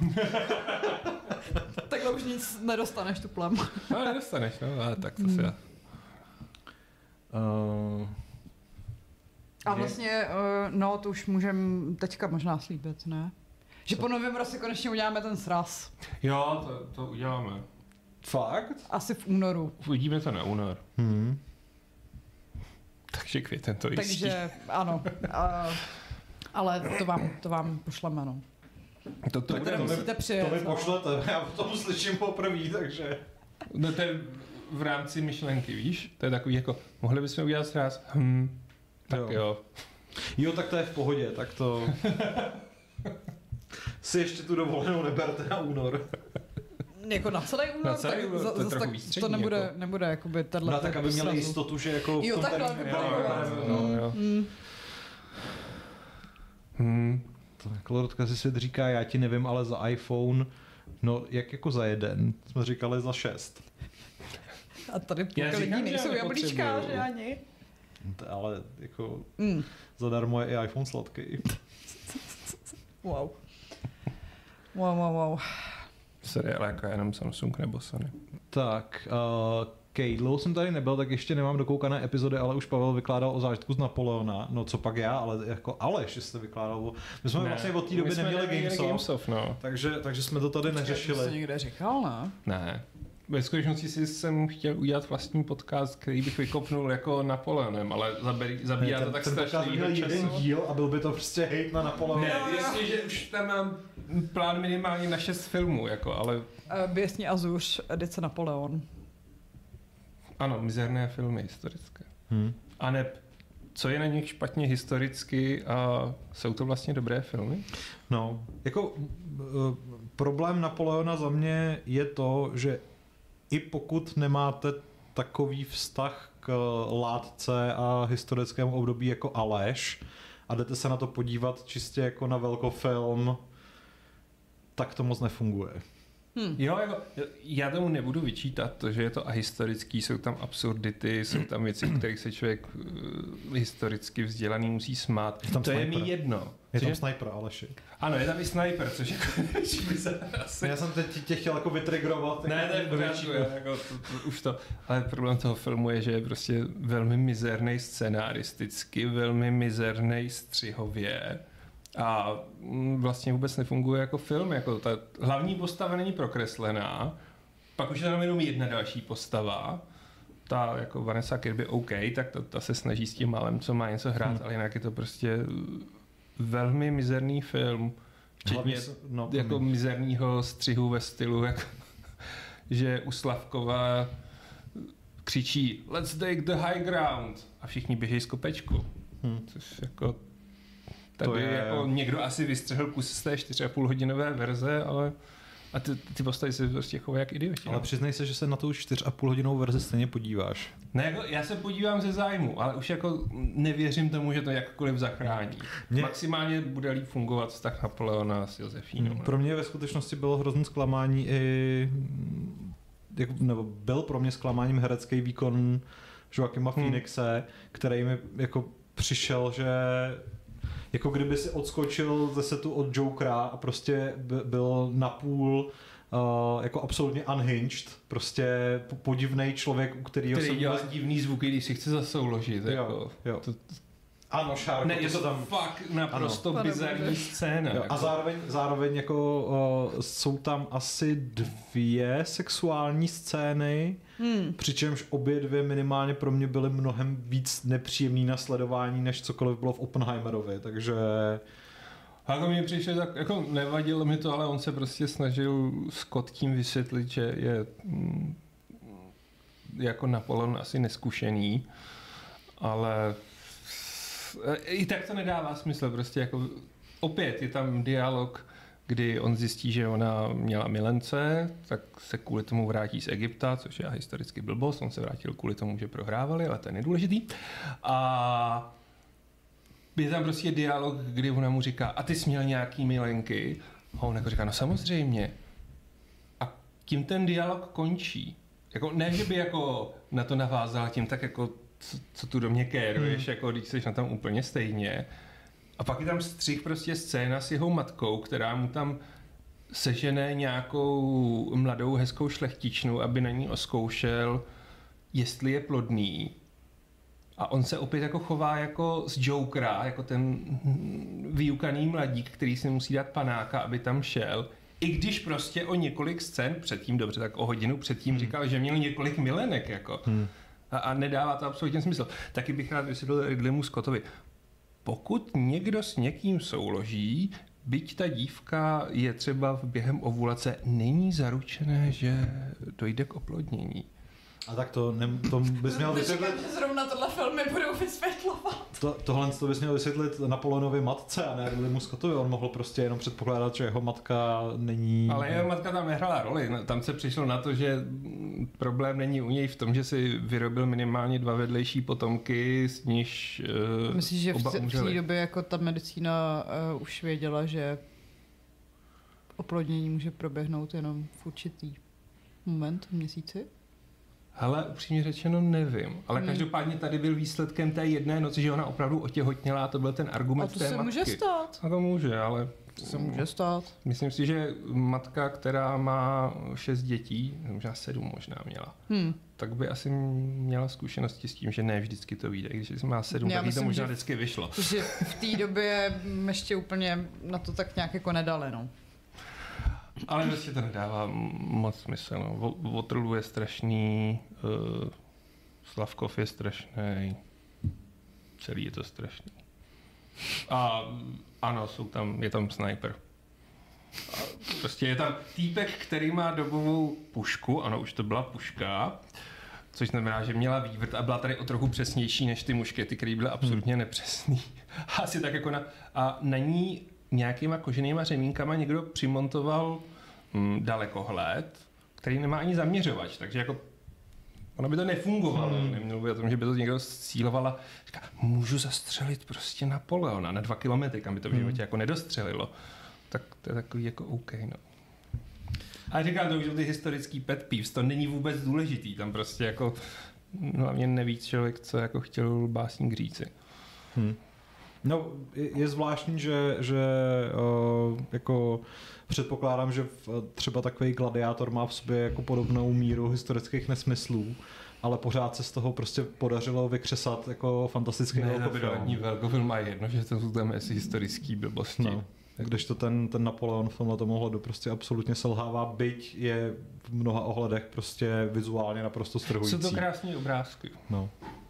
Takhle už nic nedostaneš tuplem. No nedostaneš, no, ale tak to se... A vlastně, no to už můžeme teďka možná slíbit, ne? Že po novém roce konečně uděláme ten sraz. Jo, to uděláme. Fakt? Asi v únoru. Uvidíme to na únor. Takže květen to jistí. Takže ano. Ale to vám pošleme, no. To musíte přijet. To mi pošlete, já o tom slyším poprvé, takže... No to je v rámci myšlenky, víš? To je takový jako, mohli bychom udělat sraz? Tak jo. Jo, tak to je v pohodě, tak to... si ještě tu dovolenou neberte na únor. Jako na celý únor? Na celý únor, to je trochu to nebude jakoby tato... No tak, aby měli jistotu, že jako... Jo, takhle by bylo. Tak Lord Kazisvět říká, já ti nevím, ale za iPhone, no jak jako za jeden? Jsme říkali za 6. A tady půlka lidí nejsou jablíčka, že ani? Ale jako zadarmo je i iPhone sladký. Wow. Sorry, ale jako jenom Samsung nebo Sony. Tak, dlouho jsem tady nebyl, tak ještě nemám dokoukané epizody, ale už Pavel vykládal o zážitku z Napoleona. No co pak já, ale jako Aleš jste vykládal. My jsme vlastně od té doby neměli Gamesoft, no. takže jsme to tady neřešili. To jsi někde říkal, ne? Ne. Ve skutečnosti jsem chtěl udělat vlastní podcast, který bych vykopnul jako Napoleonem, ale zabíjá to tak strašně jeden díl a byl by to prostě hejt na Napoleon. Ne, jasně, že už tam mám plán minimálně na 6 filmů, jako, ale... Běsní Azuř, edice Napoleon. Ano, mizerné filmy historické. A ne, co je na nich špatně historicky a jsou to vlastně dobré filmy? No, jako problém Napoleona za mě je to, že i pokud nemáte takový vztah k látce a historickému období jako Aleš a jdete se na to podívat čistě jako na velkofilm, tak to moc nefunguje. Jo, jako, já tomu nebudu vyčítat to, že je to ahistorický, jsou tam absurdity, jsou tam věci, o kterých se člověk historicky vzdělaný musí smát. To je mi jedno. Je tam sniper, Aleši. Ano, je tam i sniper, což jako... Já jsem teď tě chtěl jako vytrigrovat. Ne, to je v pořádku, jako už to. Ale problém toho filmu je, že je prostě velmi mizernej scenaristicky, velmi mizernej střihově a vlastně vůbec nefunguje jako film. Jako ta hlavní postava není prokreslená, pak už je tam jenom jedna další postava, ta jako Vanessa Kirby OK, tak ta se snaží s tím malem, co má něco hrát, ale jinak je to prostě velmi mizerný film, včetně jako mizerného střihu ve stylu, jako, že u Slavkova křičí let's take the high ground a všichni běží z kopečku. Což jako tady jako někdo asi vystřehl kus z té 4,5 hodinové verze, ale a ty postavy se prostě chovají jak idioti. Ale přiznej se, že se na tu 4,5 hodinovou verzi stejně podíváš. Ne, jako já se podívám ze zájmu, ale už jako nevěřím tomu, že to jakkoliv zachrání. Maximálně bude líp fungovat vztah Napoleona s Josefínou. Pro mě ve skutečnosti bylo hrozný zklamání nebo byl pro mě zklamáním herecký výkon Joaquina Phoenixe, který mi jako přišel, že jako kdyby si odskočil ze setu od Jokera a prostě byl napůl jako absolutně unhinged, prostě podivnej člověk, u kterýho který dělá divný zvuky, když si chce zasouložit. Jo. Ano, Šárko. Ne, je to tam fakt naprosto bizarní scéna. Jo, jako. A zároveň jako jsou tam asi 2 sexuální scény, přičemž obě 2 minimálně pro mě byly mnohem víc nepříjemný na sledování, než cokoliv bylo v Oppenheimerovi, takže... Jako mi přišlo tak, jako nevadilo mi to, ale on se prostě snažil Scott tím vysvětlit, že je jako Napoleon asi neskušený, ale i tak to nedává smysl, prostě jako opět je tam dialog, kdy on zjistí, že ona měla milence, tak se kvůli tomu vrátí z Egypta, což je historicky blbost, on se vrátil kvůli tomu, že prohrávali, ale to je nedůležitý. A je tam prostě dialog, kdy ona mu říká, a ty jsi měl nějaký milenky? A on jako říká, no samozřejmě. A tím ten dialog končí. Jako, ne, že by jako na to navázal tím, tak jako co tu do mě kéruješ, jako když jsi na tom úplně stejně. A pak je tam střih prostě scéna s jeho matkou, která mu tam sežene nějakou mladou hezkou šlechtičnu, aby na ní oskoušel, jestli je plodný. A on se opět jako chová jako z Jokera, jako ten vyukaný mladík, který si musí dát panáka, aby tam šel. I když prostě o několik scén předtím, dobře, tak o hodinu předtím říkal, že měl několik milenek, jako. A nedává to absolutně smysl. Taky bych rád vysvětlil Ridleymu Scottovi. Pokud někdo s někým souloží, byť ta dívka je třeba během ovulace, není zaručené, že dojde k oplodnění. A tak to bys měl vysvětlit... Říkám, že zrovna tohle filmy budou vysvětlovat. Tohle to bys měl vysvětlit Napoleonovi matce a ne Ridleymu Scottovi. On mohl prostě jenom předpokládat, že jeho matka není... Ale jeho matka tam nehrála roli. Tam se přišlo na to, že problém není u něj v tom, že si vyrobil minimálně 2 vedlejší potomky, s níž myslíš, že v té době jako ta medicína už věděla, že oplodnění může proběhnout jenom v určitý moment, měsíci? Hele, upřímně řečeno nevím, ale každopádně tady byl výsledkem té jedné noci, že ona opravdu otěhotněla a to byl ten argument té matky. A to se může stát. A to může, ale... To se může stát. Myslím si, že matka, která má 6 dětí, možná 7 možná měla, tak by asi měla zkušenosti s tím, že ne vždycky to vyjde. Když má 7, tak jí to možná vždycky vyšlo. Že v té době ještě úplně na to tak nějak jako nedali, no. Ale vlastně to nedává moc smysl. No. Waterloo je strašný, Slavkov je strašný, celý je to strašný. A ano, je tam sniper. A prostě je tam týpek, který má dobovou pušku, ano, už to byla puška, což znamená, že měla vývrt a byla tady o trochu přesnější než ty muškety, které byly absolutně nepřesný. Asi tak jako a na ní nějakýma koženýma řemínkama někdo přimontoval dalekohled, který nemá ani zaměřovač, takže jako ono by to nefungovalo. Nemluvím o tom, že by to někdo cíloval a říká, můžu zastřelit prostě Napoleona na 2 kilometry, kam by to v životě jako nedostřelilo. Tak to je takový jako OK, no. A říkám, to už jsou ty historický pet peeves, to není vůbec důležitý, tam prostě jako hlavně nevíc člověk, co jako chtěl básník říci. No, je zvláštní, že jako předpokládám, že třeba takový gladiátor má v sobě jako podobnou míru historických nesmyslů, ale pořád se z toho prostě podařilo vykřesat jako fantastický velkofilm. Velkofilm má jedno, že to jsou tam historický blbosti. No. Kdežto ten Napoleon v tomhle tomu ohledu prostě absolutně selhává, byť je v mnoha ohledech prostě vizuálně naprosto strhující. Jsou to krásné obrázky. No.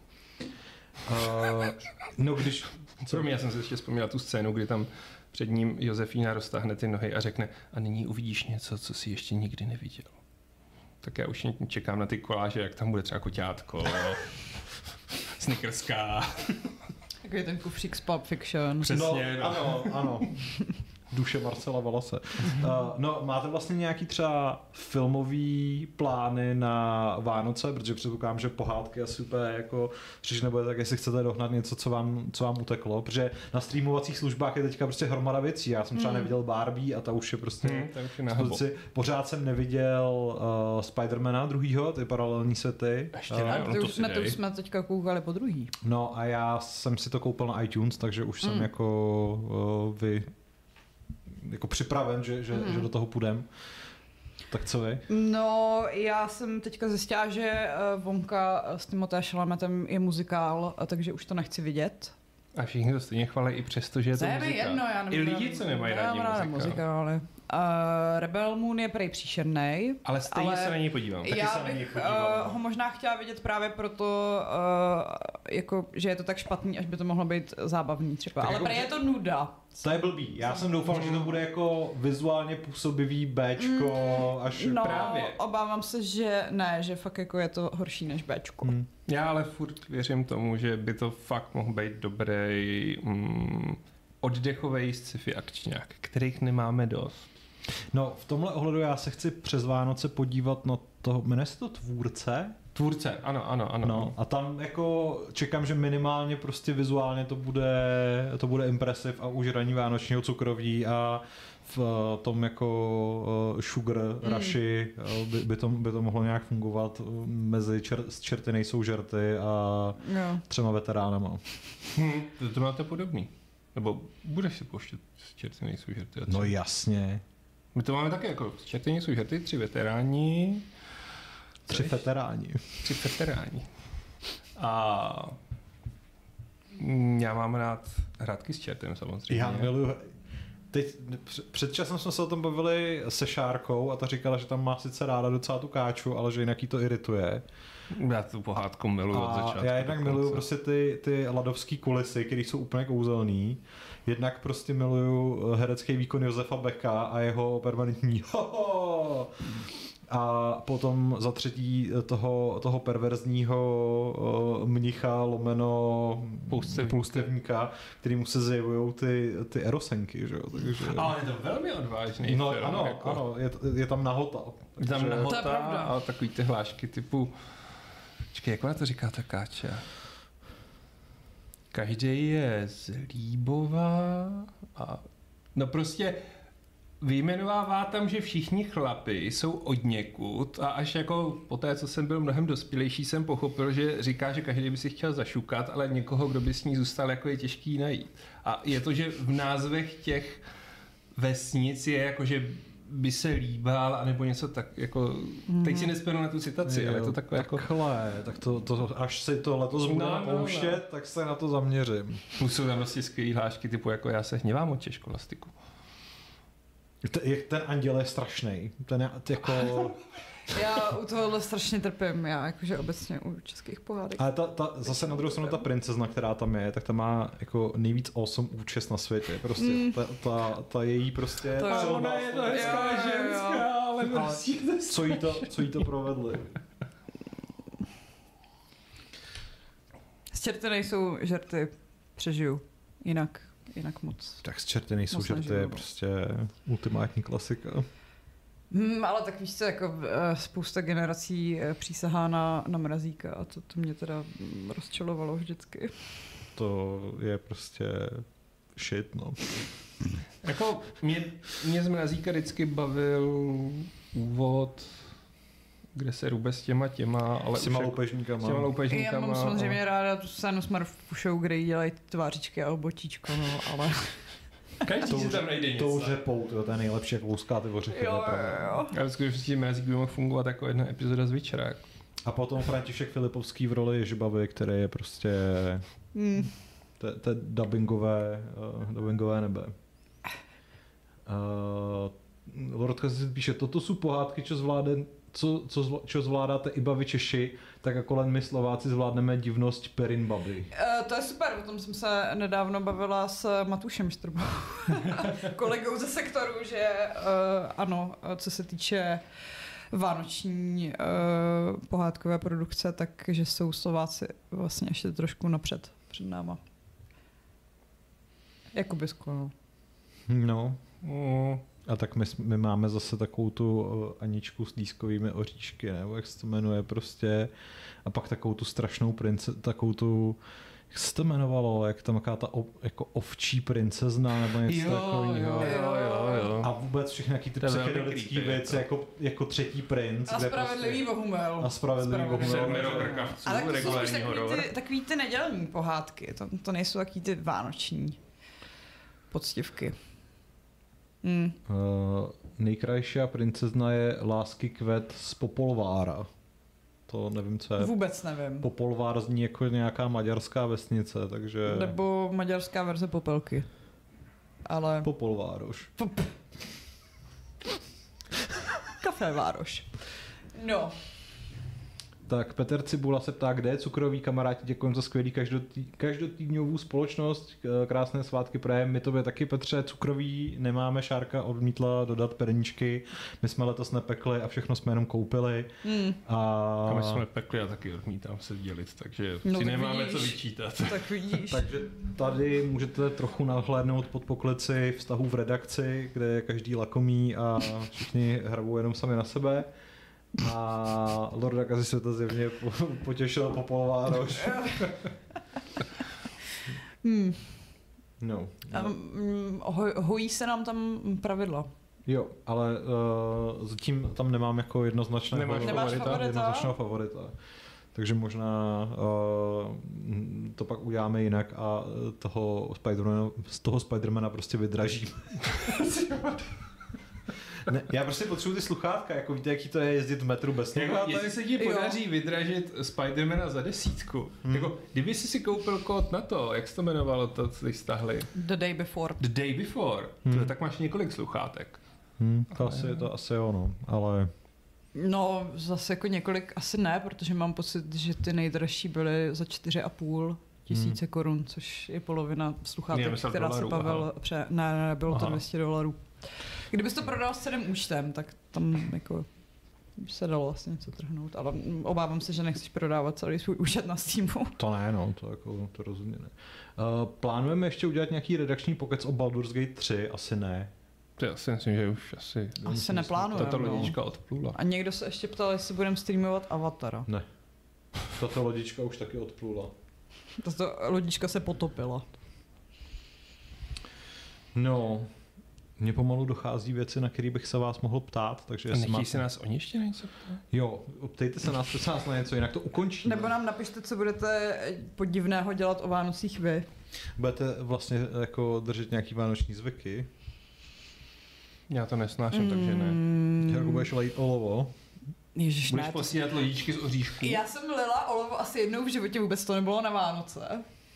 Když... Já jsem si ještě vzpomněl tu scénu, kdy tam před ním Josefína roztáhne ty nohy a řekne, a nyní uvidíš něco, co jsi ještě nikdy neviděl. tak já už čekám na ty koláže, jak tam bude třeba koťátko, snickerská. Takový ten kufřík z Pulp Fiction. Přesně, no. Ano. Duše Marcela Valase. No, máte vlastně nějaký třeba filmový plány na Vánoce, protože předpokládám, že pohádky asi úplně jako přiš nebude, tak jestli chcete dohnat něco, co vám uteklo, protože na streamovacích službách je teďka prostě hromada věcí. Já jsem třeba neviděl Barbie a ta už je prostě pořád jsem neviděl Spidermana druhýho, ty paralelní světy. To už jsme teďka koukali po druhý. No a já jsem si to koupil na iTunes, takže už jsem jako připraven, že do toho půjdem. Tak co vy? No, já jsem teďka zjistila, že Wonka s Timothée Chalametem je muzikál, takže už to nechci vidět. A všichni to stejně chválí i přesto, že je to muzikál. Jedno, I lidi, co nemají rádi muzikály. Rebel Moon je prej příšernej. Ale stejně se na něj podívám. Já bych ho možná chtěla vidět právě proto, jako, že je to tak špatný, až by to mohlo být zábavný třeba. Tak ale jako, prej je to nuda. To je blbý. Já jsem doufal, že to bude jako vizuálně působivý Bčko, až no, právě. Obávám se, že ne, že fakt jako je to horší než Bčko. Já ale furt věřím tomu, že by to fakt mohl být dobrý oddechový sci-fi akčňák, kterých nemáme dost. No, v tomhle ohledu já se chci přes Vánoce podívat na toho, jmenuje se to Tvůrce? Tvůrce, ano. No, a tam jako čekám, že minimálně prostě vizuálně to bude impresiv a už raní vánočního cukroví a v tom jako sugar rushy by to mohlo nějak fungovat mezi čerty nejsou žerty a 3 veteránama. To máte podobný. Nebo budeš si pouštět čerty nejsou žerty? No jasně. My to máme také jako čerty nejsou žerty, 3 veteráni. 3 veteráni. 3 veteráni. A já mám rád hrátky s čertem samozřejmě. Já miluji. Teď před časem jsme se o tom bavili se Šárkou a ta říkala, že tam má sice ráda docela tu káču, ale že jinak jí to irituje. Já tu pohádku miluji od začátku. Já jednak miluju prostě ty ladovský kulisy, které jsou úplně kouzelný. Jednak prostě miluju herecký výkon Josefa Becka a jeho permanentní a potom za třetí toho perverzního mnicha lomeno poustevníka, kterýmu se zjevujou ty erosenky, že jo? Takže... Ale je to velmi odvážný no, film. Ano, je tam nahota. Je tam nahota a takový ty hlášky typu čekaj, jak ona to říká ta káča? Každý je z Líbova a no prostě vyjmenovává tam, že všichni chlapi jsou odněkud a až jako po té, co jsem byl mnohem dospělejší, jsem pochopil, že říká, že každý by si chtěl zašukat, ale někoho, kdo by s ní zůstal, jako je těžký najít. A je to, že v názvech těch vesnic je jako, že by se líbal, anebo něco tak jako, teď si nespěnu na tu citaci, ale je to takové jako... Tak to až si to letos budu pouštět, tak se na to zaměřím. Musou tam vlastně skvělý hlášky typu jako já se hněvám od školastiku. Ten anděl je strašnej. Ten je jako... Já u tohohle strašně trpím, já jakože obecně u českých pohádek. Ale zase na druhou stranu ta princezna, která tam je, tak ta má jako nejvíc awesome účest na světě. Prostě ta její prostě... Ona je to hezká ženská, ale prostě... Co jí to provedli? Z čerty nejsou žerty, přežiju. Jinak moc. Tak z čerty nejsou žerty, je prostě ultimátní klasika. Ale tak víš co, jako spousta generací přísahá na Mrazíka a to mě teda rozčilovalo vždycky. To je prostě shit, no. Jako mě z Mrazíka vždycky bavil úvod, kde se rube s těma, ale s těma loupežníkama. Já mám samozřejmě ráda tu scénu Smurfu show, kde jí dělají tvářičky a obotíčko, no, ale... Každý si tam najde něco. To už řepou, to je nejlepší, jak louská ty ořechy. Jo. Ale skutečně Mrazík by mohl fungovat jako jedna epizoda z Večera. A potom František Filipovský v roli Ježibavy, který je prostě... To je dubbingové nebe. Lord Kazis píše, toto jsou pohádky, čo zvládáte iba vy Češi, tak jako len my Slováci zvládneme divnost Perin baby. To je super, o tom jsem se nedávno bavila s Matušem Štrbou, kolegou ze sektoru, že ano, co se týče vánoční pohádkové produkce, takže jsou Slováci vlastně ještě trošku napřed před náma. Jakoby skoro. No. A tak my máme zase takovou tu Aničku s lískovými oříšky, nebo jak se to jmenuje prostě. A pak takovou tu strašnou takovou tu, jak se to jmenovalo, jak tam jaká ta jako ovčí princezna, nebo něco takového. Jo. A vůbec všechny nějaký ty psychedelický věci, jako Třetí princ. A Spravedlivý Bohumil. A Spravedlivý Bohumil. Ale to jsou už takový ty nedělní pohádky, to nejsou takový ty vánoční poctivky. Nejkrajší princezna je Lásky kvet z Popolvára. To nevím, co je. Vůbec nevím. Popolvár zní jako nějaká maďarská vesnice, takže... Nebo maďarská verze Popelky. Ale... Popolvároš. Café Vároš. No. Tak Petr Cibula se ptá, kde je cukroví, kamarádi, děkujeme za skvělý každotýdňovou společnost, krásné svátky prajem. My tobě taky, Petře, cukroví nemáme, Šárka odmítla dodat perníčky, my jsme letos nepekli a všechno jsme jenom koupili. A my jsme pekli a taky odmítám se dělit, takže si nemáme co vyčítat. Tak vidíš. Takže tady můžete trochu nahlédnout pod poklici vztahů v redakci, kde je každý lakomý a všichni hrabou jenom sami na sebe. A Lorda Kazi se to zjevně potěšil Popolvároš. No. Hojí se nám tam pravidla. Jo, ale zatím tam nemám jako jednoznačného favorita. Takže možná to pak uděláme jinak a z toho Spidermana prostě vydražím. Ne, já prostě potřebuji ty sluchátka, jako víte, jaký to je jezdit v metru bez sluchátek. Jestli se ti podaří vydražit Spidermana za 10, jako kdyby si koupil kód na to, jak se to jmenovalo, to, co jsi stahli? The Day Before. The Day Before. Tak máš několik sluchátek. To asi jo, no, ale... No, zase jako několik asi ne, protože mám pocit, že ty nejdražší byly za 4,5 tisíce korun, což je polovina sluchátek, která se Pavel... Ne, bylo to $200. Kdybys to prodal s celým účtem, tak tam jako se dalo vlastně něco trhnout, ale obávám se, že nechceš prodávat celý svůj účet na Steamu. To ne, no, to rozhodně ne. Plánujeme ještě udělat nějaký redakční pokec o Baldur's Gate 3? Asi ne. Já si myslím, že už asi neplánujeme. Tato lodička odplula. A někdo se ještě ptal, jestli budeme streamovat Avatara. Ne. Tato lodička už taky odplula. Tato lodička se potopila. No... Mně pomalu dochází věci, na které bych se vás mohl ptát, takže... A nechtějí se nás oni ještě něco ptát? Jo, ptejte se nás, prosím nás na něco, jinak to ukončí. Nebo nám napište, co budete podivného dělat o Vánocích vy. Budete vlastně jako držet nějaký vánoční zvyky? Já to nesnáším, takže ne. Jako budeš lejt olovo? Ježiš, budeš posílat lodičky z oříšků? Já jsem lila olovo asi jednou v životě, vůbec to nebylo na Vánoce.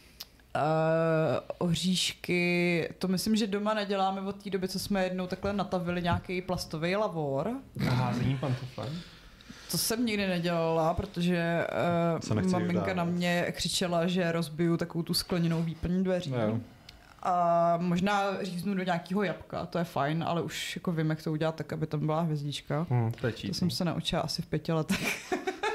Oříšky, to myslím, že doma neděláme od té doby, co jsme jednou takhle natavili nějaký plastový lavor. A házení pantoflem? To jsem nikdy nedělala, protože maminka na mě křičela, že rozbiju takovou tu skleněnou výplň dveří. No. A možná říznu do nějakého jabka, to je fajn, ale už jako vím, jak to udělat tak, aby tam byla hvězdička. To jsem se naučila asi v 5 letech.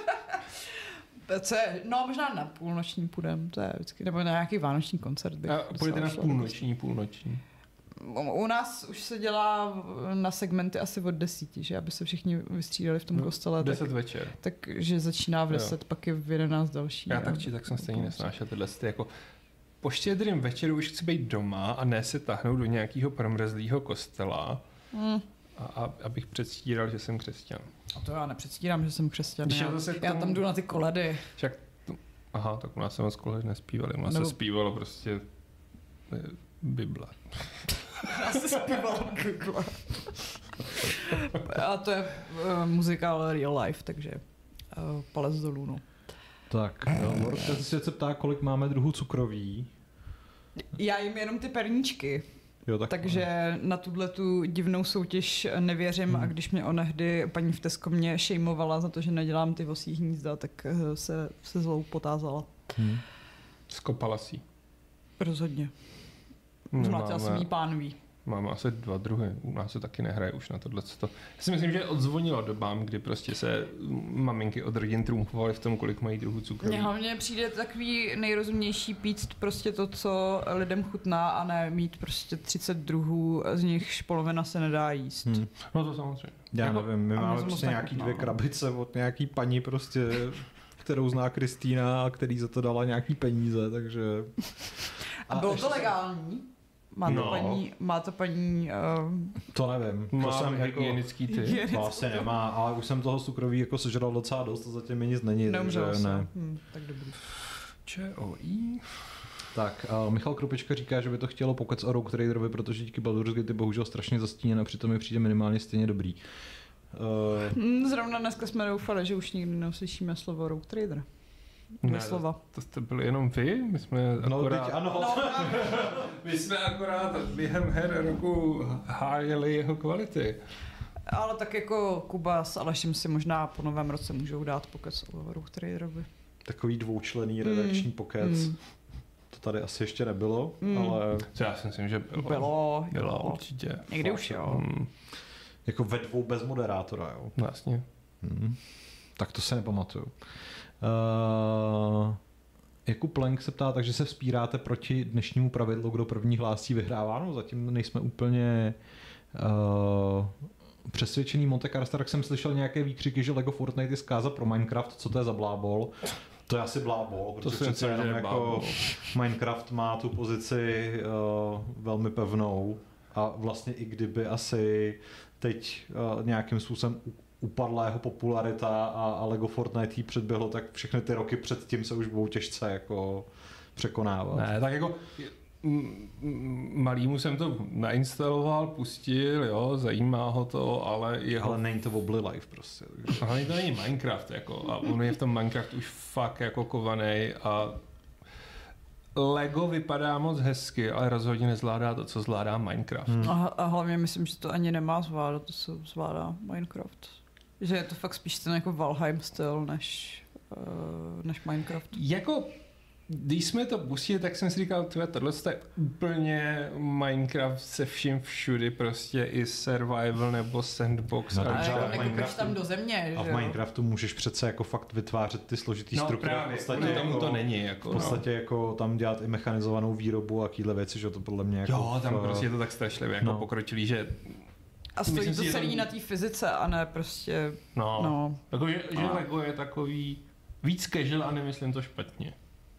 No, možná na půlnoční půjdem, to je vždycky, nebo na nějaký vánoční koncert. A půjdete na půlnoční? U nás už se dělá na segmenty asi od 10, že aby se všichni vystřídali v tom kostele. 10 večer. Takže začíná v 10, pak je v 11 další. Já tak jsem stejně nesnášel tyhle jako po Štědrým večeru už chci být doma a ne se tahnout do nějakého promrzlého kostela, abych předstíral, že jsem křesťan. A to já nepředstírám, že jsem křesťan. Já tomu... tam jdu na ty koledy. Aha, tak u nás se moc koledy nespívali. U nás se zpívalo prostě Bible. Já se zpívalo Bible. A to je muzikál Real Life, takže palec dolů, no. Tak, Lordka se ptá, kolik máme druhů cukroví. Já jim jenom ty perníčky. Jo, takže na tu divnou soutěž nevěřím a když mě onehdy paní v Tesco mě šejmovala za to, že nedělám ty vosí hnízda, tak se zlou potázala. Skopala si. Rozhodně. Zmlátila jsem jí pánví. Máme asi 2 druhy, u nás se taky nehraje už na tohle. Já si myslím, že odzvonilo dobám, kdy prostě se maminky od rodin trumfovaly v tom, kolik mají druhů cukroví. Mně hlavně přijde takový nejrozumnější pít prostě to, co lidem chutná, a ne mít prostě 30 druhů, z nichž polovina se nedá jíst. No to samozřejmě. Já nevím, my a mě máme to moc prostě nějaký nechutná, 2 no. krabice od nějaký paní prostě, kterou zná Kristýna a který za to dala nějaký peníze, takže... A bylo to legální? Má to paní... To nevím. To Má jsem jako... hygienický ty. To asi nemá, ale už jsem toho cukroví jako sežral docela dost a zatím mi nic není. Neumřel se. Ne. Tak dobrý. ČOI. Tak, Michal Krupička říká, že by to chtělo pokec o Rogue Traderovi, protože díky Baldur's Gate je bohužel strašně zastíněn a přitom mi přijde minimálně stejně dobrý. Zrovna dneska jsme doufali, že už nikdy neuslyšíme slovo Rogue Trader. Ne, slova. To jste byli jenom vy? My jsme akorát... teď ano. My jsme akorát během her roku hájili jeho kvality. Ale tak jako Kuba s Alešem si možná po novém roce můžou dát pokec o Rogue Traderovi. Takový dvoučlenný redakční pokec. To tady asi ještě nebylo, ale... Co já si myslím, že Bylo určitě. Někdy už jo. Jako ve 2 bez moderátora, jo. Vlastně. Tak to se nepamatuju. Jakub Plank se ptá, takže se vzpíráte proti dnešnímu pravidlu, kdo první hlásí vyhrává. No, zatím nejsme úplně přesvědčený. Monte Carlo, tak jsem slyšel nějaké výkřiky, že Lego Fortnite je zkáza pro Minecraft. Co to je za blábol? To je asi blábol, protože to přece jenom jako Minecraft má tu pozici velmi pevnou a vlastně i kdyby asi teď nějakým způsobem upadla jeho popularita a Lego Fortnite jí předběhlo, tak všechny ty roky předtím se už budou těžce jako překonávat. Ne, tak jako malýmu jsem to nainstaloval, pustil, jo, zajímá ho to, ale jeho... Ale není to Wobbly Life prostě. Takže... Ale to není Minecraft, jako, a on je v tom Minecraft už fakt jako kovanej a Lego vypadá moc hezky, ale rozhodně nezvládá to, co zvládá Minecraft. A hlavně myslím, že to ani nemá zvládat, to, co zvládá Minecraft. Že je to fakt spíš ten jako Valheim styl, než Minecraft. Jako, když jsme to pustili, tak jsem si říkal, tohle je úplně Minecraft se vším všudy, prostě i survival nebo sandbox. No, Ale ale jako nekopeš tam do země, a že v jo? Minecraftu můžeš přece jako fakt vytvářet ty složitý struktury. Právě, v podstatě tam jako, to není. Jako, v podstatě jako tam dělat i mechanizovanou výrobu a takovéhle věci, že to podle mě jako... Jo, tam prostě je to tak strašlivě jako pokročilý, že... A stojí myslím to si, celý že na té fyzice a ne prostě... No. Jako, že Lego je takový víc casual a nemyslím to špatně.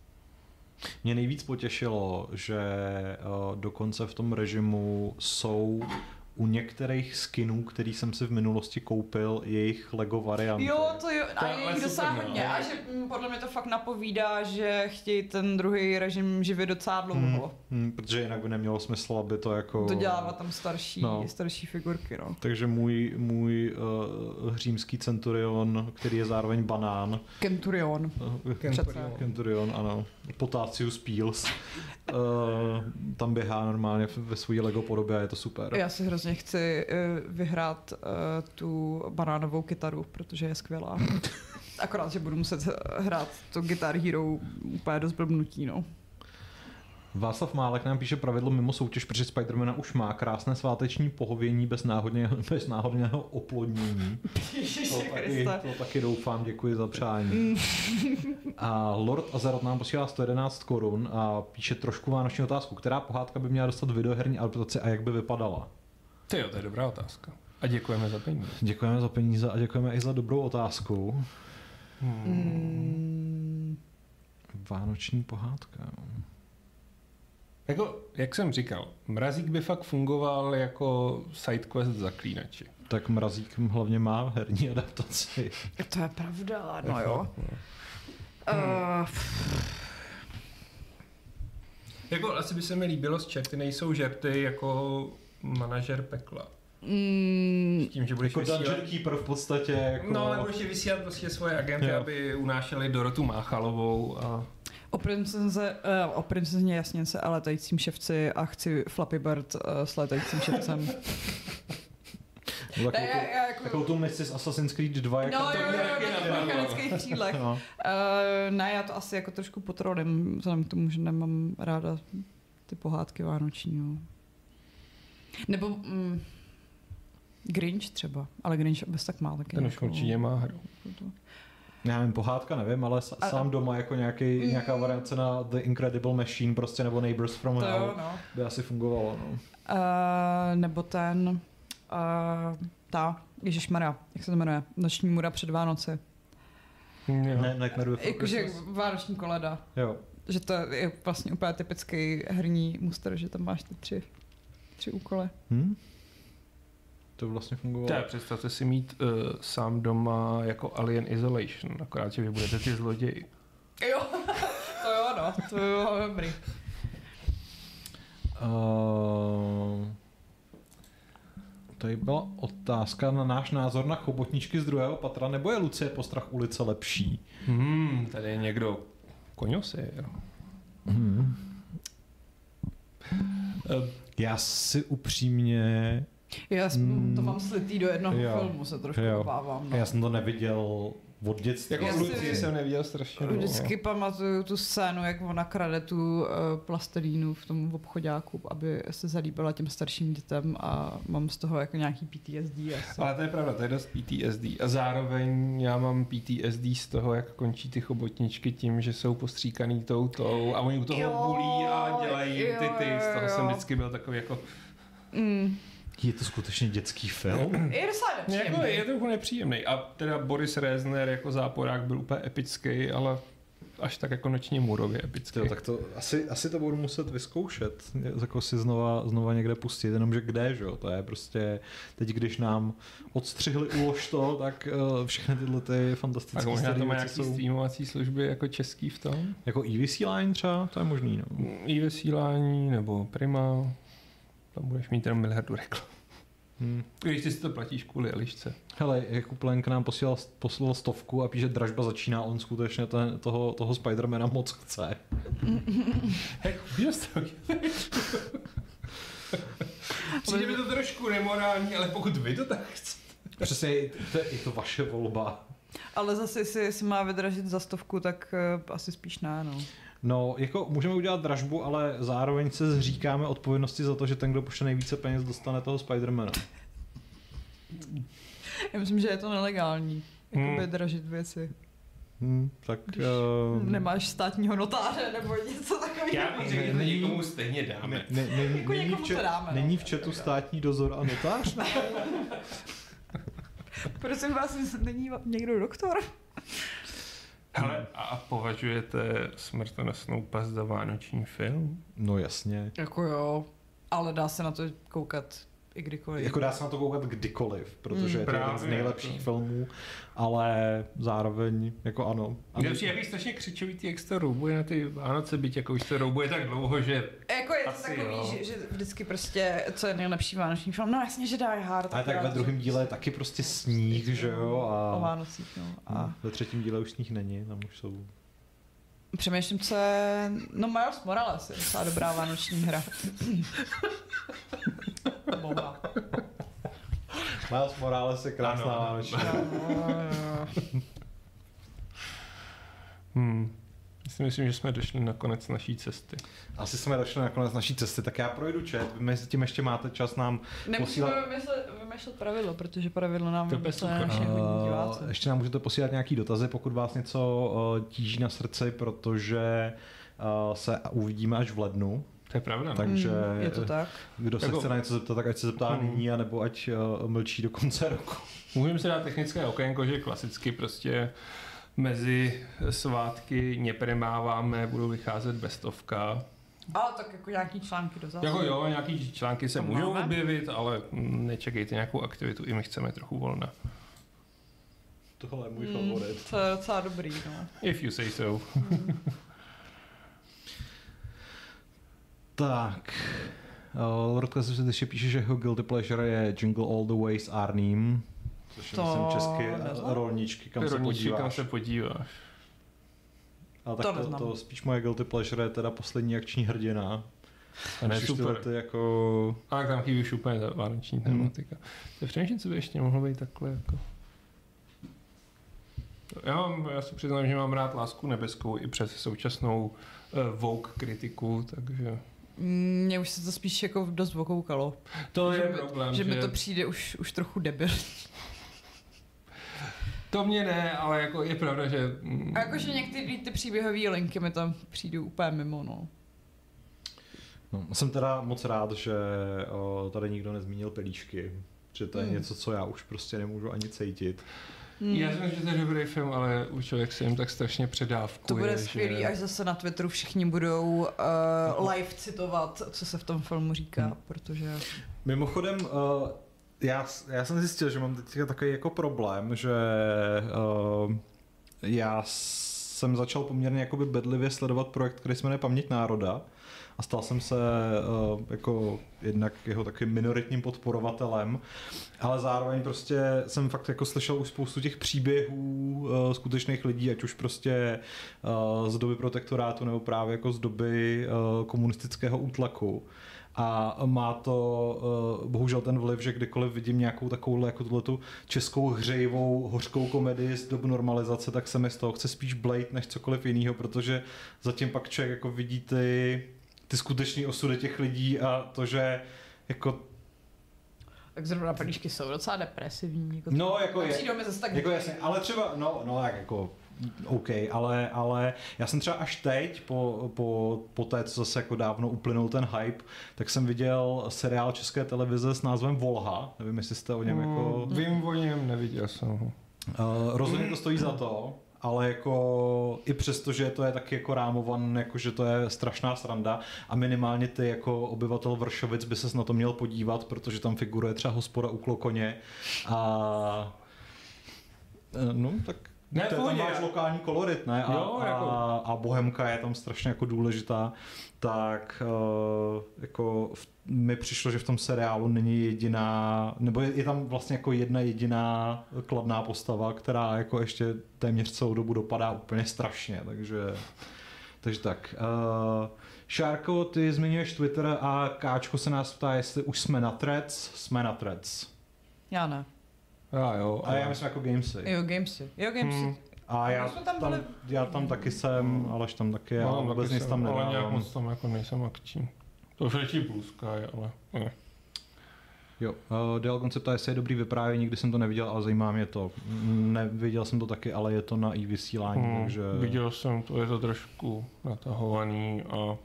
Mě nejvíc potěšilo, že dokonce v tom režimu jsou u některých skinů, který jsem si v minulosti koupil, jejich Lego varianty. Jo, to jo, a To je je jich docela super, hodně. no. A že podle mě to fakt napovídá, že chtějí ten druhý režim živit docela dlouho. Protože jinak by nemělo smysl, aby to jako... Dodělávat tam starší figurky, no. Takže můj římský centurion, který je zároveň banán. Kenturion. Kenturion, ano. Potácius Peels. Tam běhá normálně ve své Lego podobě a je to super. Já si hrozně chci vyhrát tu banánovou kytaru, protože je skvělá. Akorát, že budu muset hrát to Guitar Hero úplně dost blbnutí, no. Václav Málek nám píše pravidlo mimo soutěž, protože Spidermana už má krásné sváteční pohovění bez náhodného oplodnění. To taky doufám, děkuji za přání. A Lord Azeroth nám posílá 111 korun a píše trošku vánoční otázku. Která pohádka by měla dostat videoherní adaptaci a jak by vypadala? To je dobrá otázka. A děkujeme za peníze. Děkujeme za peníze a děkujeme i za dobrou otázku. Vánoční pohádka. Jako, jak jsem říkal, Mrazík by fakt fungoval jako sidequest v Zaklínači. Tak Mrazík hlavně má herní adaptaci. To je pravda, no jo. Jako asi by se mi líbilo, z čerty nejsou žerty jako manažer pekla. S tím, že budeš Jako vysílat... Dungeon Keeper v podstatě. Jako... No, ale budeš vysílat prostě svoje agenty, aby unášeli Dorotu Máchalovou a... O princezně Jasněnce a letajícím ševci a chci Flappy Bird s letajícím ševcem. Takovou tu misi z Assassin's Creed 2. No jo, na mechanických křídlech. No. Ne, já to asi jako trošku potrolím, vzhledem k tomu, že nemám ráda ty pohádky vánoční. No. Nebo Grinch třeba, ale Grinch bez tak má taky. Ten už určitě má hru. Já nevím, pohádka nevím, ale sám doma jako nějaká variace na The Incredible Machine prostě, nebo Neighbors from Hell by asi fungovalo. No. Nebo ten ježišmarja, jak se to jmenuje? Noční můra před Vánoci. Jakože vánoční koleda. Jo. Že to je vlastně úplně typický herní muster, že tam máš ty tři úkoly. To vlastně fungovalo. Tak, představte si mít sám doma jako Alien Isolation, akorát, že vy budete ty zloději. Jo, to jo, dobrý. Tady byla otázka na náš názor na chobotničky z druhého patra, nebo je Lucie Postrach ulice lepší? Tady je někdo koňosér. Já si upřímně... Já to mám slitý do jednoho filmu, se trošku obávám. No. Já jsem to neviděl od dětství. Jako Lucie jsem neviděl strašně dlouho. Vždycky pamatuju tu scénu, jak ona krade tu plastelínu v tom obchodáku, aby se zalíbila těm starším dětem a mám z toho jako nějaký PTSD. Asi. Ale to je pravda, to je dost PTSD. A zároveň já mám PTSD z toho, jak končí ty chobotničky tím, že jsou postříkaný toutou a oni u toho bulí a dělají ty. Z toho jsem vždycky byl takový jako... Je to skutečně dětský film? Je docela nepříjemný. Je to úplně nepříjemný. A teda Boris Rezner jako záporák byl úplně epický, ale až tak jako nočně můrově epický. Tak to asi to budu muset vyzkoušet, jako si znova někde pustit, jenomže kde, že jo, to je prostě, teď když nám odstřihli Ulož to, tak všechny tyhle ty fantastické tak možná to má nějaký streamovací služby jako český v tom? Jako e-vysílání třeba, to je možný, no. E-vysílání nebo Prima, tam budeš mít jenom miliardu reklam. Když ty si to platíš kvůli Elišce. Hele, Jakub Lenk nám poslal 100 a píše, dražba začíná, on skutečně toho Spidermana moc chce. Přijde mi to trošku nemorální, ale pokud vy to tak chcete. Přesně, je to vaše volba. Ale zase, jestli má vydražit za 100, tak asi spíš ne, no. No, jako můžeme udělat dražbu, ale zároveň se zříkáme odpovědnosti za to, že ten, kdo pošle nejvíce peněz, dostane toho Spidermana. Já myslím, že je to nelegální, jakoby dražit věci. Tak... Nemáš státního notáře nebo něco takového. Já bych řekl, že někomu stejně dáme. Není v chatu státní dozor a notář? Prosím vás, není někdo doktor? Hele, a považujete Smrtonosnou past za vánoční film? No jasně. Jako jo, ale dá se na to koukat i kdykoliv. Jako dá se na to koukat kdykoliv, protože je to jeden z nejlepších filmů, ale zároveň jako ano. Další, jak je strašně křičový jak se to roubuje na ty Vánoce, byť jako už se roubuje tak dlouho, že... Jako je to takový, že vždycky prostě, co je nejlepší vánoční film, no jasně, že Die Hard. Ale tak ve druhém díle je taky prostě sníh, že jo? A o Vánocích, no. A ve třetím díle už sníh není, tam už jsou... Přemýšlím, co je... No Miles Morales je docela dobrá vánoční hra. Boha. Miles Morales je krásná vánoční hra. Myslím, že jsme došli na konec naší cesty. Asi jsme došli na konec naší cesty, tak já projdu chat. Vy mezi tím ještě máte čas nám posílat... Nemusíme vymýšlet pravidlo, protože pravidlo nám vymysleli naši diváci. Ještě nám můžete posílat nějaký dotazy, pokud vás něco tíží na srdci, protože se uvidíme až v lednu. To je pravda. Takže je to tak. Kdo se chce na něco zeptat, tak ať se zeptá nyní, anebo ať mlčí do konce roku. Můžeme si dát technické okénko, že klasicky prostě mezi svátky nepremáváme, budou vycházet bestovka. Ale tak jako nějaký články do zásahu. Jako jo, nějaký články se můžou objevit, ale nečekejte nějakou aktivitu, i my chceme trochu volna. Tohle je můj favorit. To je docela dobrý, no. If you say so. Tak. Lord Classic ještě píše, že jeho guilty pleasure je Jingle All the Way s Arním. Což je myslím česky rolničky, kam se podíváš. Ale tak to spíš moje guilty pleasure je teda Poslední akční hrdina. A ne super. Jako... A tam chybí už úplně ta vánoční tematika. To přemýšlím, co by ještě mohlo být takhle jako... Já si přiznám, že mám rád Lásku nebeskou i přes současnou Vogue kritiku, takže... Mně už se to spíš jako dost okoukalo. To je problém. Že mi to přijde už trochu debil. To mě ne, ale jako je pravda, že... A jakože některé ty příběhové linky mi tam přijdou úplně mimo, no. No, jsem teda moc rád, že tady nikdo nezmínil pelíšky, že to je něco, co já už prostě nemůžu ani cítit. Já si myslím, že to je dobrý film, ale už člověk se jim tak strašně předávkuje. To bude skvělý, až zase na Twitteru všichni budou live citovat, co se v tom filmu říká, protože... Mimochodem, já jsem zjistil, že mám teď takový jako problém, že já jsem začal poměrně jakoby bedlivě sledovat projekt, který se jmenuje Paměť národa a stal jsem se jako jednak jeho takovým minoritním podporovatelem, ale zároveň prostě jsem fakt jako slyšel už spoustu těch příběhů skutečných lidí, ať už prostě z doby protektorátu nebo právě jako z doby komunistického útlaku. A má to bohužel ten vliv, že kdykoliv vidím nějakou takovou jako tuhletu českou hřejivou hořkou komedii z doby normalizace, tak se mi z toho chce spíš blejt než cokoliv jiného, protože zatím pak člověk jako vidí ty skutečné osudy těch lidí a to, jako tak zrovna pelíšky jsou docela depresivní. Jako no, jako je. Přijdou mi zase tak jako jasně, ale třeba, no tak jako OK, ale já jsem třeba až teď, po té, co zase jako dávno uplynul ten hype, tak jsem viděl seriál České televize s názvem Volha, nevím, jestli jste o něm jako... Vím o něm, neviděl jsem ho. Rozhodně to stojí za to, ale jako i přesto, že to je taky jako rámovan, jako že to je strašná sranda a minimálně ty jako obyvatel Vršovic by ses na to měl podívat, protože tam figuruje třeba hospoda u Klokoně a no tak ne, tam máš lokální kolorit, ne? A bohemka je tam strašně jako důležitá, tak jako mi přišlo, že v tom seriálu není jediná, nebo je tam vlastně jako jedna jediná kladná postava, která jako ještě téměř celou dobu dopadá úplně strašně, takže tak. Šárko, ty zmiňuješ Twitter a Káčko se nás ptá, jestli už jsme na Threads. Já ne. A já myslím jako Gamesy. Jo, Gamesy. A já tam taky jsem, Aleš tam taky je, ale vůbec nic tam nedávám. Ale nějak moc tam jako nejsem akční. To už je Bluesky, ale ne. Jo, Dale Concept, jestli je dobrý vyprávění, nikdy jsem to neviděl, ale zajímá mě to. Neviděl jsem to taky, ale je to na i-vysílání, takže... Viděl jsem to, je to trošku natahovaný a...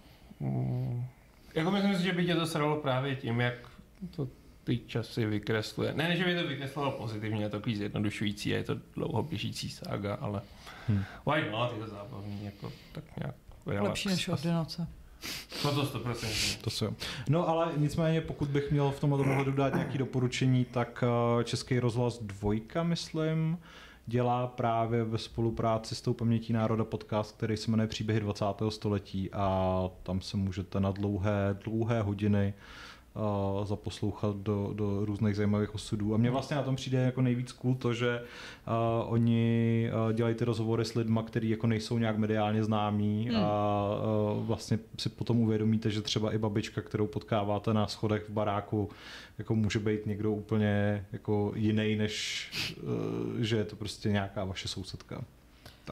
jako myslím si, že by tě to sralo právě tím, jak to ty časy vykresluje. Ne, že by to vykreslovalo pozitivně, je to takový zjednodušující a je to dlouhoběžící sága, ale why not, je to zábavný, jako tak nějak relax. Lepší než Ordinace. No to 100%. To se. No ale nicméně, pokud bych měl v tomhle ohledu dát nějaké doporučení, tak Český rozhlas 2, myslím, dělá právě ve spolupráci s tou Pamětí národa podcast, který se jmenuje Příběhy 20. století a tam se můžete na dlouhé hodiny zaposlouchat do různých zajímavých osudů. A mně vlastně na tom přijde jako nejvíc cool to, že oni dělají ty rozhovory s lidma, kteří jako nejsou nějak mediálně známí a vlastně si potom uvědomíte, že třeba i babička, kterou potkáváte na schodech v baráku, jako může být někdo úplně jako jiný, než že je to prostě nějaká vaše sousedka. Tak.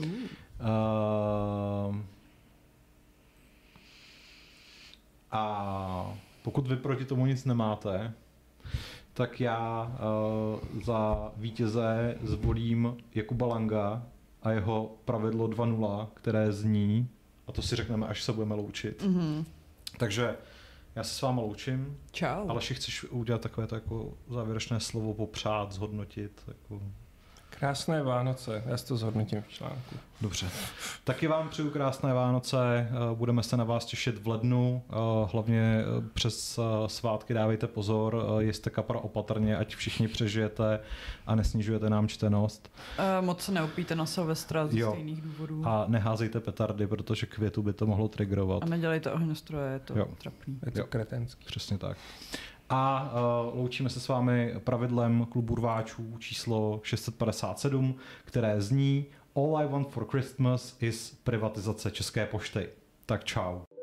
A pokud vy proti tomu nic nemáte, tak já za vítěze zvolím Jakuba Langa a jeho pravidlo 2.0, které zní, a to si řekneme, až se budeme loučit. Mm-hmm. Takže já se s váma loučím. Čau. Aleši, chceš udělat takové to jako závěrečné slovo, popřát, zhodnotit? Jako... Krásné Vánoce, já si to zhodnotím v článku. Dobře. Taky vám přeju krásné Vánoce, budeme se na vás těšit v lednu, hlavně přes svátky dávejte pozor, jeste kapra opatrně, ať všichni přežijete a nesnižujete nám čtenost. Moc se neupíte na Silvestra z stejných důvodů. A neházejte petardy, protože květu by to mohlo triggerovat. A nedělejte ohňostroje, je to trapný. Je to kretenský. Přesně tak. A loučíme se s vámi pravidlem Klubu rváčů číslo 657, které zní All I want for Christmas is privatizace České pošty. Tak čau.